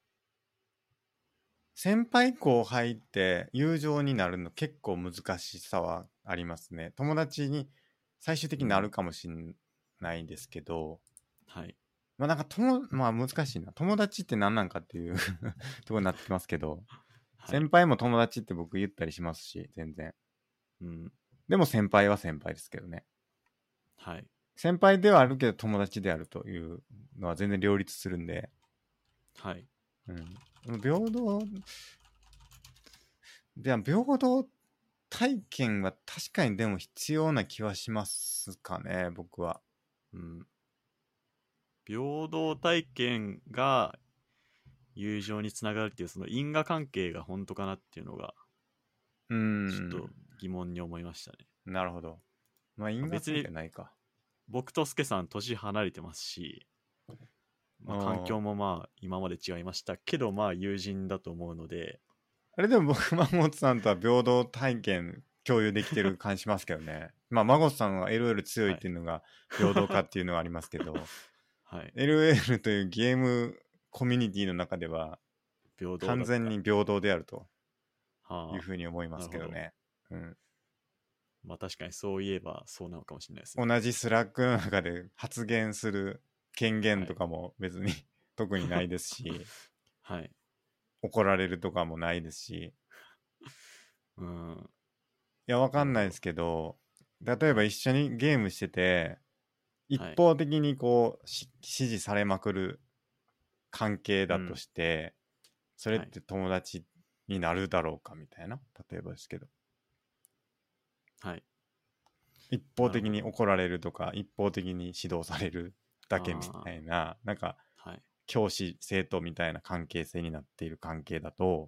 先輩後輩って友情になるの結構難しさはありますね。友達に最終的になるかもしれないんですけど、 はいなんか難しいな。友達って何なんかっていうところになってきますけど、 はい先輩も友達って僕言ったりしますし、全然。 うんでも先輩は先輩ですけどね。 はい先輩ではあるけど友達であるというのは全然両立するんで、 はい平等、平等体験は確かにでも必要な気はしますかね、僕は。 うん平等体験が友情につながるっていうその因果関係が本当かなっていうのがちょっと疑問に思いましたね。 なるほど。因果別に関係ないか。 僕とスケさん年離れてますし、環境も今まで違いましたけど友人だと思うので、 あれでも僕、マゴットさんとは平等体験共有できてる感じしますけどね。マゴットさんは LL 強いっていうのが平等かっていうのはありますけど、 はい、 LL というゲームコミュニティの中では完全に平等であるというふうに思いますけどね。 確かにそういえばそうなのかもしれないですね。 同じスラックの中で発言する権限とかも別に特にないですし、 はい、 怒られるとかもないですし、 うんいやわかんないですけど、例えば一緒にゲームしてて、一方的に指示されまくる関係だとして、それって友達になるだろうかみたいな、例えばですけど、 はい、 一方的に怒られるとか一方的に指導されるだけみたいな、なんか、教師生徒みたいな関係性になっている関係だと、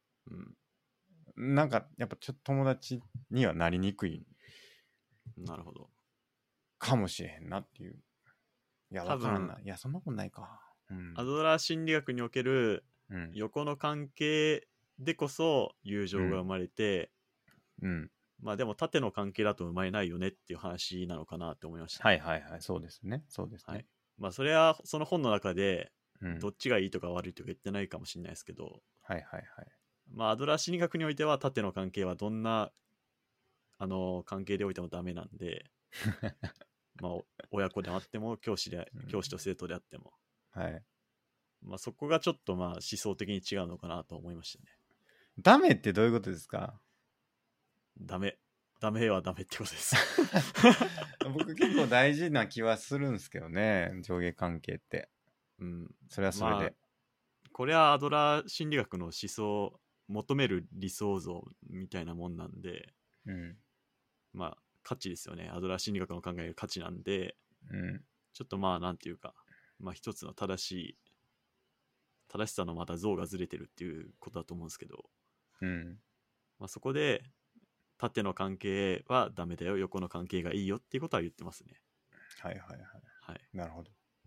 なんかやっぱちょっと友達にはなりにくい、 なるほどかもしれへんなっていう。いや、わからんな。いや、そんなことないか。 アドラー心理学における横の関係でこそ友情が生まれて、でも縦の関係だと生まれないよねっていう話なのかなって思いました。 はいはいはい、そうですね。そうですね。 それはその本の中でどっちがいいとか悪いとか言ってないかもしれないですけど、 はいはいはい。 アドラー心理学においては縦の関係はどんな関係でおいてもダメなんで親子であっても教師と生徒であっても、そこがちょっと思想的に違うのかなと思いましたね。 ダメってどういうことですか？ ダメはダメってことです僕結構大事な気はするんですけどね、上下関係って。それはそれで、 これはアドラー心理学の思想、求める理想像みたいなもんなんで、 うんまあ価値ですよね。アドラー心理学の考える価値なんで、 うんちょっとまあなんていうか、まあ一つの正しさのまた像がずれてるっていうことだと思うんですけど、 うんまあ、そこで縦の関係はダメだよ、横の関係がいいよっていうことは言ってますね。 はいはいはい。 はい。 なるほど。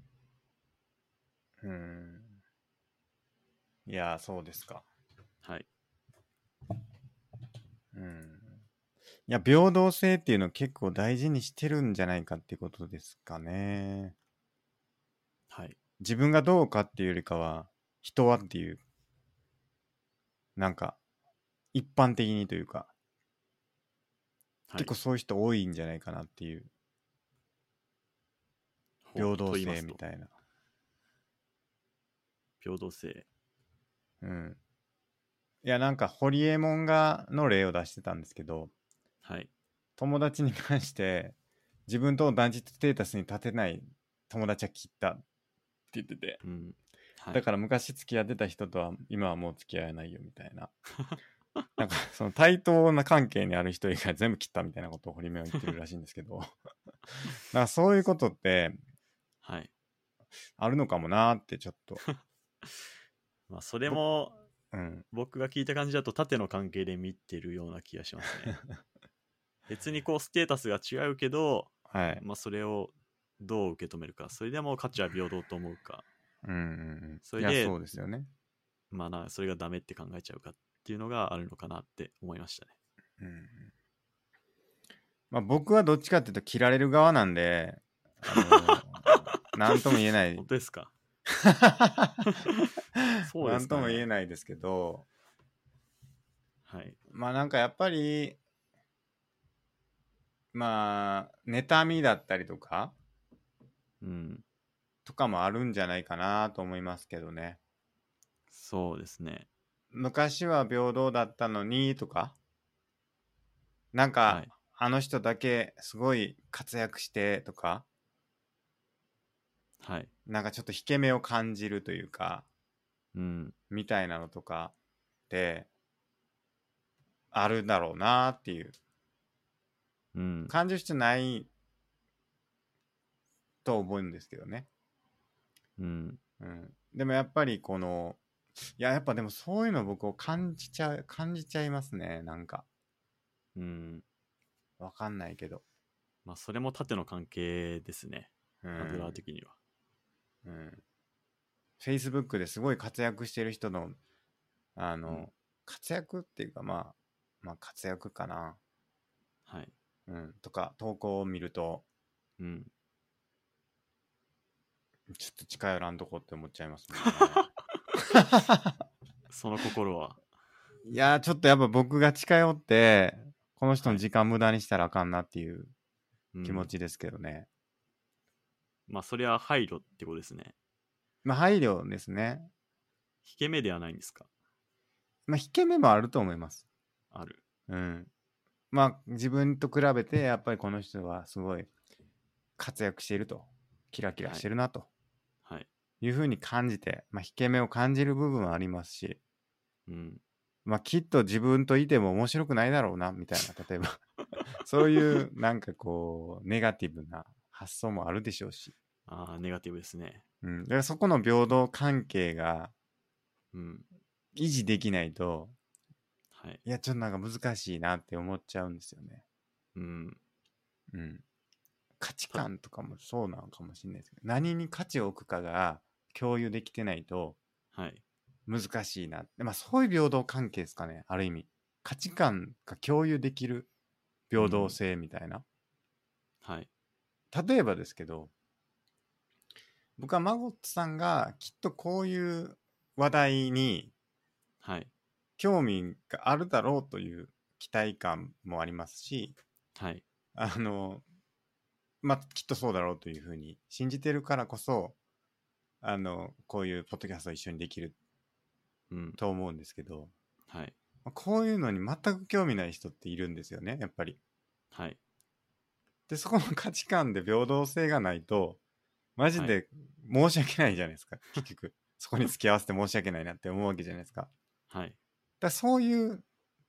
いやー、そうですか。 はい。 いや、平等性っていうのを結構大事にしてるんじゃないかっていうことですかね。 はい。 自分がどうかっていうよりかは、人はっていう、なんか、一般的にというか、 はい、 結構そういう人多いんじゃないかなっていう、平等性みたいな。 平等性。 うん。いや、なんか、ホリエモンの例を出してたんですけど、 はい。 友達に関して、自分と同じステータスに立てない友達は切ったって言ってて、 うんはい、 だから昔付き合ってた人とは今はもう付き合えないよみたいななんかその対等な関係にある人以外全部切ったみたいなことを堀目は言ってるらしいんですけどなんかそういうことってあるのかもなーってちょっとまあそれもうん、 僕が聞いた感じだと縦の関係で見てるような気がしますね別にこうステータスが違うけど、 はい、 まあそれをどう受け止めるか、それでも価値は平等と思うか、 うんうんうん、 それでいやそうですよね。 まあそれがダメって考えちゃうかっていうのがあるのかなって思いましたね。 うんまあ、僕はどっちかっていうと切られる側なんでなんとも言えない本当ですかそうなんですかね。 とも言えないですけど、 はい。 まあなんかやっぱりまあ妬みだったりとかもあるんじゃないかなと思いますけどね。 そうですね。 昔は平等だったのにとか、なんか、 はい。 あの人だけすごい活躍してとか、 はい。 なんかちょっと引け目を感じるというか、みたいなのとかってあるだろうなっていう、感じる必要ないと思うんですけどね。でもやっぱりやっぱでもそういうの僕を感じちゃいますね、なんか。わかんないけど。 まあそれも縦の関係ですね。アドラー的には。 Facebook ですごい活躍してる人の、活躍っていうかまあ活躍かな。 はい。 とか投稿を見ると、ちょっと近寄らんとこって思っちゃいますね。 その心は。 いやちょっとやっぱ僕が近寄ってこの人の時間無駄にしたらあかんなっていう気持ちですけどね。 まあそれは配慮ってことですね。 まあ配慮ですね。 引け目ではないんですか？ まあ引け目もあると思います。 ある。 まあ自分と比べてやっぱりこの人はすごい活躍していると、キラキラしてるなと、いうふうに感じて、まあ引け目を感じる部分はありますし、まあきっと自分といても面白くないだろうなみたいな、例えばそういうなんかこうネガティブな発想もあるでしょうし、 ネガティブですね。 だからそこの平等関係が維持できないと、いやちょっとなんか難しいなって思っちゃうんですよね。価値観とかもそうなのかもしれないですけど、何に価値を置くかが共有できてないと難しいなって、まあそういう平等関係ですかね、ある意味。価値観が共有できる平等性みたいな。例えばですけど、僕はマゴットさんがきっとこういう話題に興味があるだろうという期待感もありますし、まあきっとそうだろうというふうに信じてるからこそ、こういうポッドキャストを一緒にできると思うんですけど、こういうのに全く興味ない人っているんですよね、やっぱり。でそこの価値観で平等性がないとマジで申し訳ないじゃないですか、結局。 そこに付き合わせて申し訳ないなって思うわけじゃないですか。 はい。 だそういう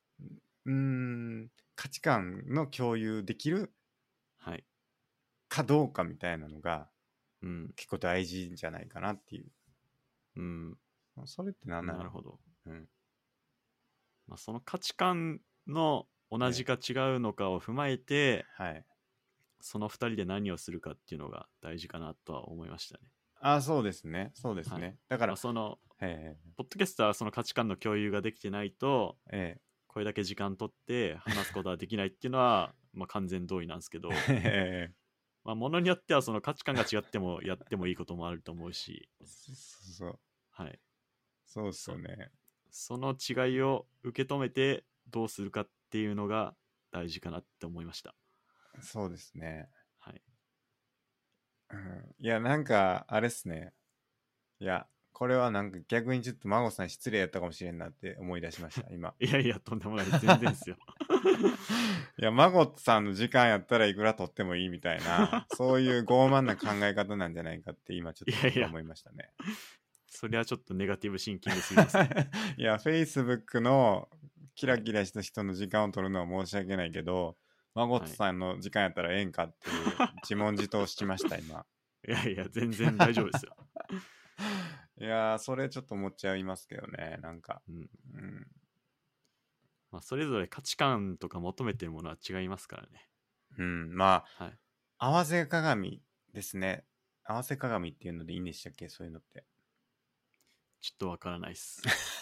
価値観の共有できるはい。 かどうかみたいなのがうん。 結構大事じゃないかなっていう。 うん。 それって何なの？ なるほど。 うんまあ、その価値観の同じか違うのかを踏まえて、 はい。 その2人で何をするかっていうのが大事かなとは思いましたね。 あ、そうですね。そうですはい。 ね。だから、 まあ、そのえポッドキャストはその価値観の共有ができてないと、 えこれだけ時間取って話すことはできないっていうのは、まあ、完全同意なんですけど、 えまあ、ものによってはその価値観が違ってもやってもいいこともあると思うし、 そうはい、 そうですよね。 その違いを受け止めてどうするかっていうのが大事かなって思いました。 そうですね。 はい、 いや、なんか、あれっすね。いや、これはなんか逆にちょっと孫さん失礼やったかもしれんなって思い出しました、今。 いやいや、とんでもない、全然ですよ。 いや、孫さんの時間やったらいくら取ってもいいみたいな、そういう傲慢な考え方なんじゃないかって今ちょっといやいや、 思いましたね。 それはちょっとネガティブシンキングすぎますね。 いや、Facebook のキラキラした人の時間を取るのは申し訳ないけど、孫さんの時間やったらええんかっていう自問自答しました、今。 いやいや、全然大丈夫ですよ。 いやー、それちょっと思っちゃいますけどね、なんか。 うんうんまあ、それぞれ価値観とか求めてるものは違いますからね。 まあ、 はい。 合わせ鏡ですね。合わせ鏡っていうのでいいんでしたっけ、そういうのって。 ちょっとわからないっす。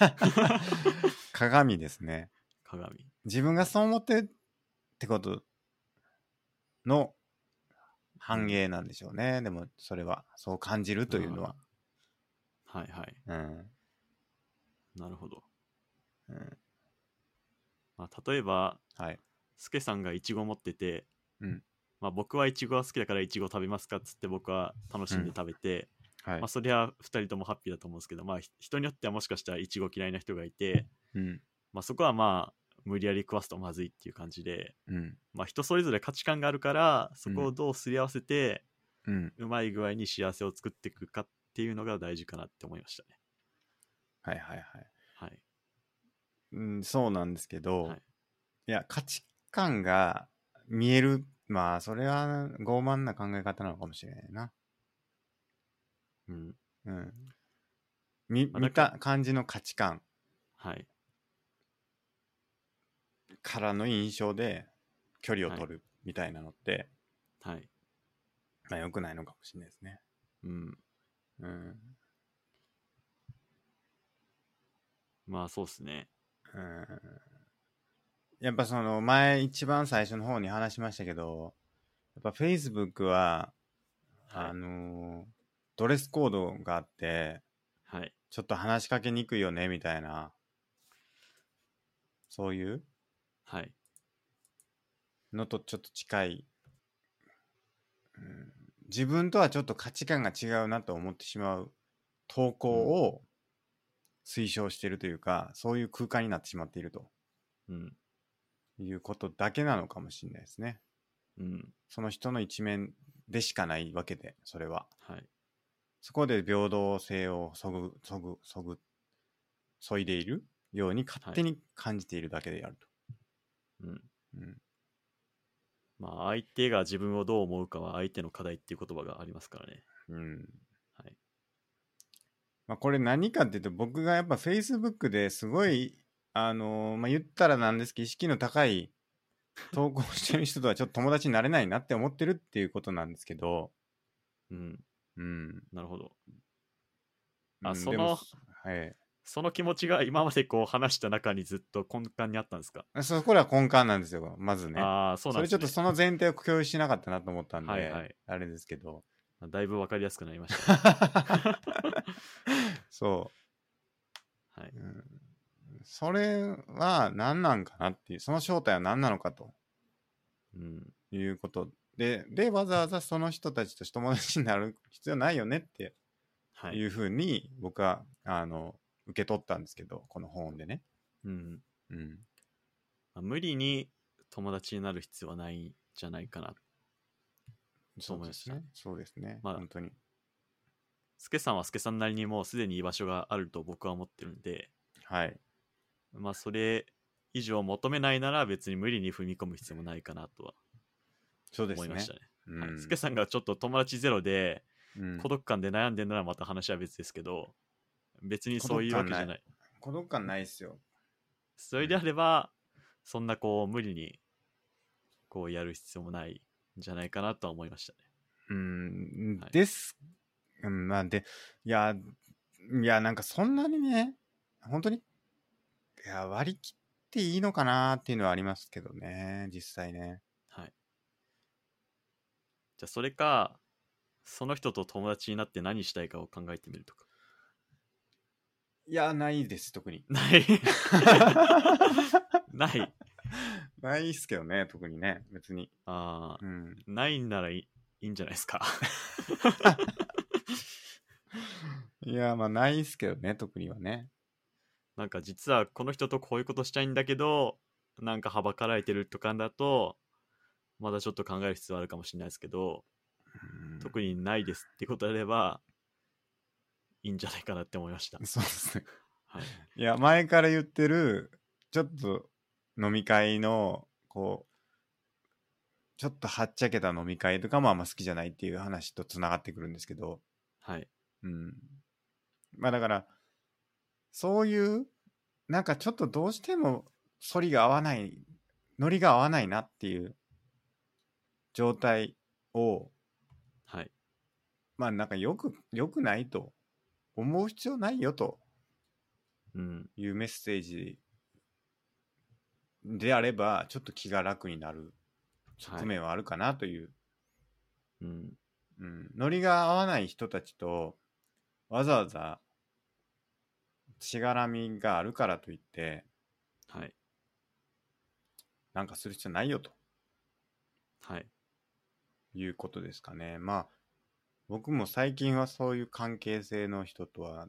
鏡ですね。 鏡。 自分がそう思ってってことの反映なんでしょうね。でも、それは、そう感じるというのは。 はいはい。 うん。 なるほど。 うん、 まあ、例えば、 はい。 スケさんがイチゴ持ってて、 うん。 まあ、僕はイチゴが好きだからイチゴ食べますかっつって僕は楽しんで食べて、 はい。 まあ、それは2人ともハッピーだと思うんですけど、まあ、人によってはもしかしたらイチゴ嫌いな人がいて、 うん。 まあ、そこはまあ無理やり食わすとまずいっていう感じで、 うん。 まあ、人それぞれ価値観があるからそこをどうすり合わせて、 うん。 うまい具合に幸せを作っていくかっていうのが大事かなって思いましたね。 はいはいはい。 はい。 うん、そうなんですけど、 はい。 いや、価値観が見える。まあ、それは傲慢な考え方なのかもしれないな。 うん。 うん。 まあ、 見た感じの価値観はい。 からの印象で距離をはい。 取るみたいなのって、 はい。 まあ、良くないのかもしれないですね。 うん。 うん。 まあそうっすね。 うん。やっぱその前一番最初の方に話しましたけど、やっぱ Facebook は、 はい。 ドレスコードがあって、 はい。 ちょっと話しかけにくいよねみたいな、そういうはい。 のとちょっと近い、うん、自分とはちょっと価値観が違うなと思ってしまう投稿を推奨しているというか、そういう空間になってしまっているとうん。 いうことだけなのかもしれないですね。 うん。 その人の一面でしかないわけで、それは。 はい。 そこで平等性をそいでいるように勝手に感じているだけであると。 うん。 うん、 まあ相手が自分をどう思うかは相手の課題っていう言葉がありますからね。 うん。 はい。 まあ、これ何かっていうと、僕がやっぱ Facebook ですごい、まあ、言ったらなんですけど、意識の高い投稿してる人とはちょっと友達になれないなって思ってるっていうことなんですけど、 うん。 うん。 なるほど。 でも、 はい、 はい。 その気持ちが今までこう話した中にずっと根幹にあったんですか？ これは根幹なんですよ、まずね。 ああ、そうなんですね。 それちょっとその前提を共有しなかったなと思ったんで、 はいはい。 あれですけど。 だいぶ分かりやすくなりました、ね。 そう、 はい。 それは何なんかなっていう、その正体は何なのかと、いうことで、わざわざその人たちと友達になる必要ないよねっていうふうに僕は受け取ったんですけど、この本でね。 うんうんまあ、無理に友達になる必要はないんじゃないかなと思いました。 そうですね。 まあ、 本当に。 スケさんはスケさんなりにもうすでに居場所があると僕は思ってるんで、 はい。 まあそれ以上求めないなら別に無理に踏み込む必要もないかなとはそうですね。 思いましたね。はい、 うん。 スケさんがちょっと友達ゼロでうん孤独感で悩んでるならまた話は別ですけど、別にそういうわけじゃない。 孤独感ないっすよ。 それであれば、そんなこう無理にこうやる必要もないんじゃないかなとは思いましたね。はいです。まあで、いや、なんかそんなにね、本当に、いや、割り切っていいのかなっていうのはありますけどね、実際ね。 はい。じゃあそれか、その人と友達になって何したいかを考えてみるとか。 いや、ないです、特に。 ないない。 ないっすけどね、特にね、別に。 ああ、 うん。 ないんならいいんじゃないですか。 いや、まあ、ないっすけどね、特にはね。 なんか実はこの人とこういうことしたいんだけど、なんかはばかられてるとかだと、まだちょっと考える必要あるかもしれないですけど、特にないですってことであれば、いいんじゃないかなって思いました。 そうですね。 はい。 いや、前から言ってる、ちょっと飲み会の、こう、ちょっとはっちゃけた飲み会とかもあんま好きじゃないっていう話とつながってくるんですけど、 はい。 うん。まあだから、そういう、なんかちょっとどうしても反りが合わない、ノリが合わないなっていう状態を、 はい。 まあなんかよくないと思う必要ないよとうん。 いうメッセージであれば、ちょっと気が楽になる側面はあるかなという。 うん。 うん。ノリが合わない人たちと、わざわざしがらみがあるからといって、 はい。 なんかする必要ないよとはい。 いうことですかね。まあ、僕も最近はそういう関係性の人とは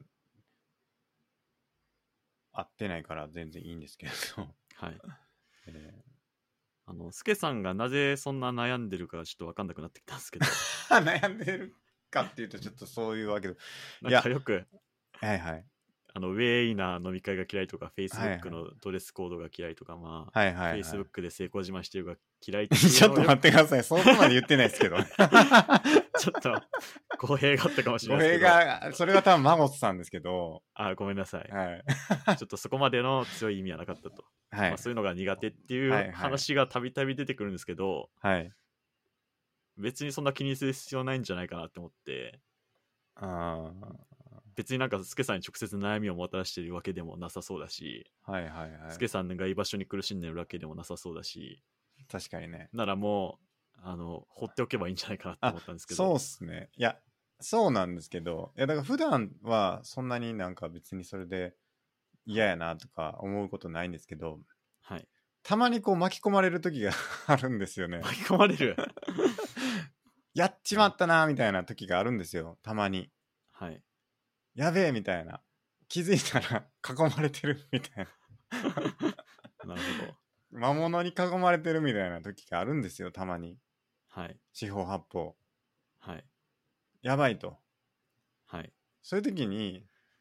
会ってないから全然いいんですけれど。 はい。 えスケさんがなぜそんな悩んでるかちょっと分かんなくなってきたんですけど、 悩んでるかっていうとちょっとそういうわけで。 なんかよく、 はいはい。 ウェイな飲み会が嫌いとか、 はいはい Facebook のドレスコードが嫌いとか、まあ、 はいはいはい。 Facebook で成功自慢してるが嫌いってちょっと待いうのをってください。そこまで言ってないですけど。 ちょっと語弊があったかもしれ語ないですけど、 弊が、それは多分マゴスさんですけど、 ごめんなさい。 はい。 ちょっとそこまでの強い意味はなかったと。 はい。 まあ、そういうのが苦手ってはいいう話がたびたび出てくるんですけど、 はい。 別にそんな気にする必要ないんじゃないかなって思って、 あ別になんかスケさんに直接悩みをもたらしているわけでもなさそうだし、 あ。はいはいはい。 スケさんが居場所に苦しんでるわけでもなさそうだし、 確かにね。 ならもう放っておけばいいんじゃないかなって思ったんですけど。 そうっすね。いや、そうなんですけど、いやだから普段はそんなになんか別にそれで嫌やなとか思うことないんですけど、 はい。 たまにこう巻き込まれる時があるんですよね。 巻き込まれる。 やっちまったなみたいな時があるんですよ。たまに。 はい。 やべえみたいな。気づいたら囲まれてるみたいなるほど。 な。魔物に囲まれてるみたいな時があるんですよ。たまに。 はい。 四方八方。 はい。 やばいと。 はい。 そういう時に、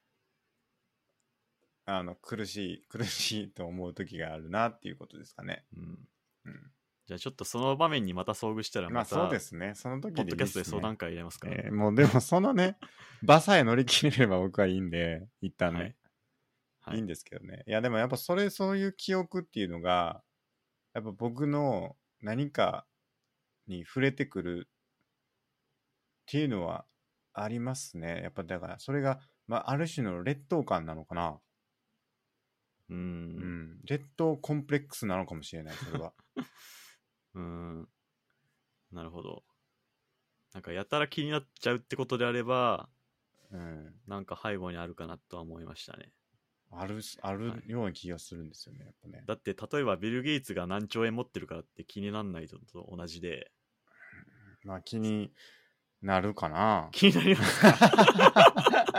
苦しいと思う時があるなっていうことですかね。 うん。 うん。 じゃあちょっとその場面にまた遭遇したらまあそうまた、 ですね。その時ポッドキャストでいいでね。 です相談会入れますか。 もうでもそのね、場さえ乗り切れれば僕はいいんで、一旦ね。 はいいいんですけどね。いやでもやっぱそういう記憶っていうのが、やっぱ僕の何かに触れてくるっていうのはありますね。やっぱだからそれが、まあある種の劣等感なのかな。 ううん。劣等コンプレックスなのかもしれない、それは。 なるほど。なんかやたら気になっちゃうってことであれば、 うん。 なんか背後にあるかなとは思いましたね。 あるような気がするんですよね、やっぱね。 だって例えばビル・ゲイツが何兆円持ってるからって気にならないのと同じで、 まあ気になるかな。 気になりますか。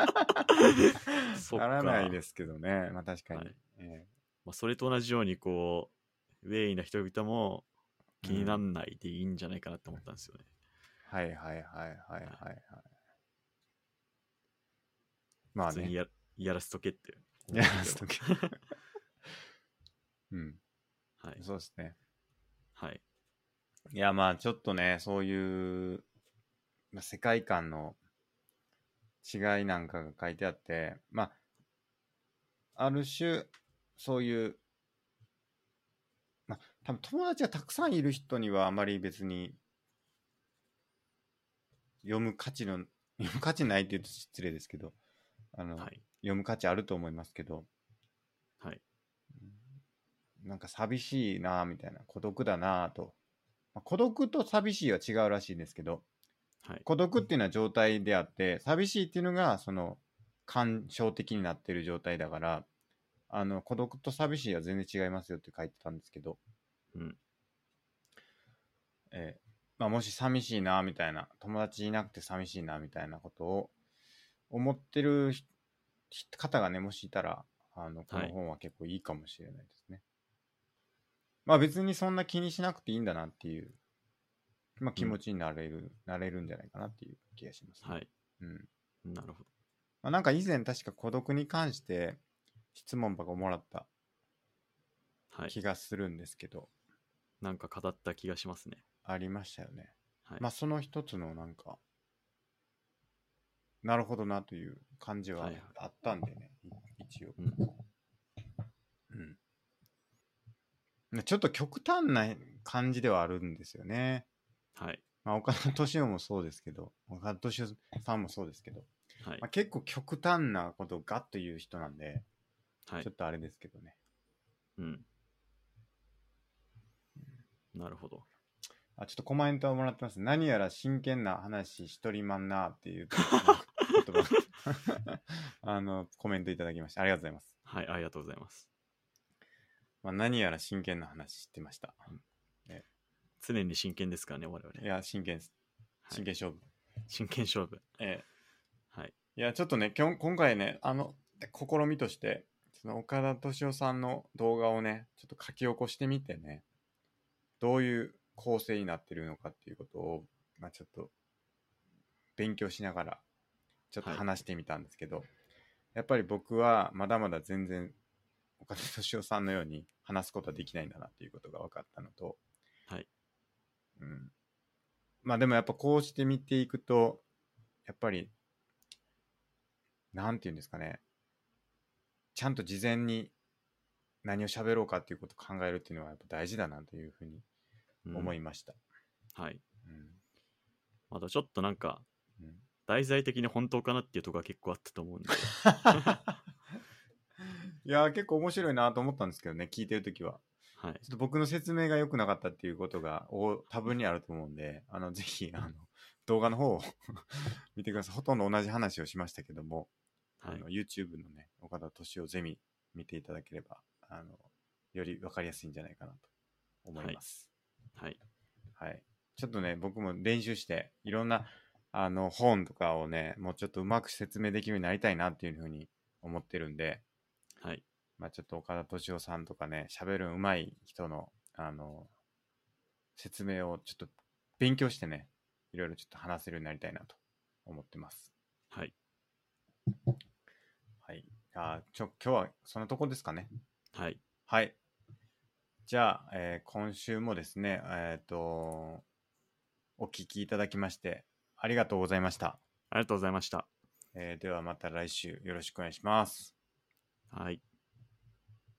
そっか。 ならないですけどね。まあ確かに。 はいまあ、それと同じようにこうウェイな人々も気にならないでいいんじゃないかなって思ったんですよね。 はいはいはいはいはいはい。 まあね。 普通にやらせとけってやらせとけ。うん。 はい。 そうですね。 はい。 いや、まあちょっとね、そういう、まあ、世界観の違いなんかが書いてあって、まあ、ある種、そういう、まあ、多分友達がたくさんいる人にはあまり別に読む価値の、読む価値ないって言うと失礼ですけど、 はい。 読む価値あると思いますけど、 はい。 なんか寂しいなみたいな、孤独だなと。まあ、孤独と寂しいは違うらしいんですけど、 はい。 孤独っていうのは状態であって、寂しいっていうのがその感情的になってる状態だから、孤独と寂しいは全然違いますよって書いてたんですけど、 うん。 まあ、もし寂しいなみたいな、友達いなくて寂しいなみたいなことを思ってる方がね、もしいたら、この本は結構いいかもしれないですね。まあ別にそんな気にしなくていいんだなっていう、まあ、気持ちになれるんじゃないかなっていう気がしますね。 はい。 うん。 なるほど。 まあ、なんか以前確か孤独に関して質問箱をもらったはい。 気がするんですけど、 なんか語った気がしますね。 ありましたよね。 はい。 まあその一つのなんか、なるほどなという感じははいはい。 あったんでね、一応。 うん。 うん。ちょっと極端な感じではあるんですよね。 はい。 まあ岡田敏夫もそうですけど、岡田敏夫さんもそうですけど、 はい。 まあ、結構極端なことをガッと言う人なんで、 はい。 ちょっとあれですけどね。 うん。なるほど。 あ、ちょっとコメントをもらってます。何やら真剣な話しとりまんなっていう言葉コメントいただきました。ありがとうございます。 はい。ありがとうございます。 まあ、何やら真剣な話してました。 うんね、 常に真剣ですからね、我々。 いや、真剣です。 はい。 真剣勝負。 真剣勝負。 えはい。 いや、ちょっとね、今回ね、試みとして、その岡田敏夫さんの動画をね、ちょっと書き起こしてみてね、どういう構成になってるのかっていうことを、まあ、ちょっと勉強しながら、ちょっとはい。 話してみたんですけど、やっぱり僕はまだまだ全然岡田敏夫さんのように話すことはできないんだなっていうことが分かったのと、 はい。 うん、まあでもやっぱこうして見ていくと、やっぱりなんていうんですかね、ちゃんと事前に何を喋ろうかっていうことを考えるっていうのはやっぱ大事だなというふうにうん。 思いました。 はい。 うんまたちょっとなんか、 うん、 題材的に本当かなっていうところが結構あったと思うんで。 いやー結構面白いなと思ったんですけどね、聞いてるときは。 はい。 ちょっと僕の説明が良くなかったっていうことが多分にあると思うんで、ぜひ動画の方を見てください。ほとんど同じ話をしましたけども、 はい。 YouTube のね、岡田敏夫ゼミ見ていただければ、より分かりやすいんじゃないかなと思います。 はい。 はい。ちょっとね、僕も練習して、いろんな、本とかをね、もうちょっとうまく説明できるようになりたいなっていうふうに思ってるんで、 はい。 まあちょっと岡田敏夫さんとかね、喋るうまい人の、説明をちょっと勉強してね、いろいろちょっと話せるようになりたいなと思ってます。 はい。 はい。今日はそのとこですかね。 はい。 はい。じゃあ、今週もですね、お聞きいただきましてありがとうございました。 ありがとうございました。 ではまた来週よろしくお願いします。 はい。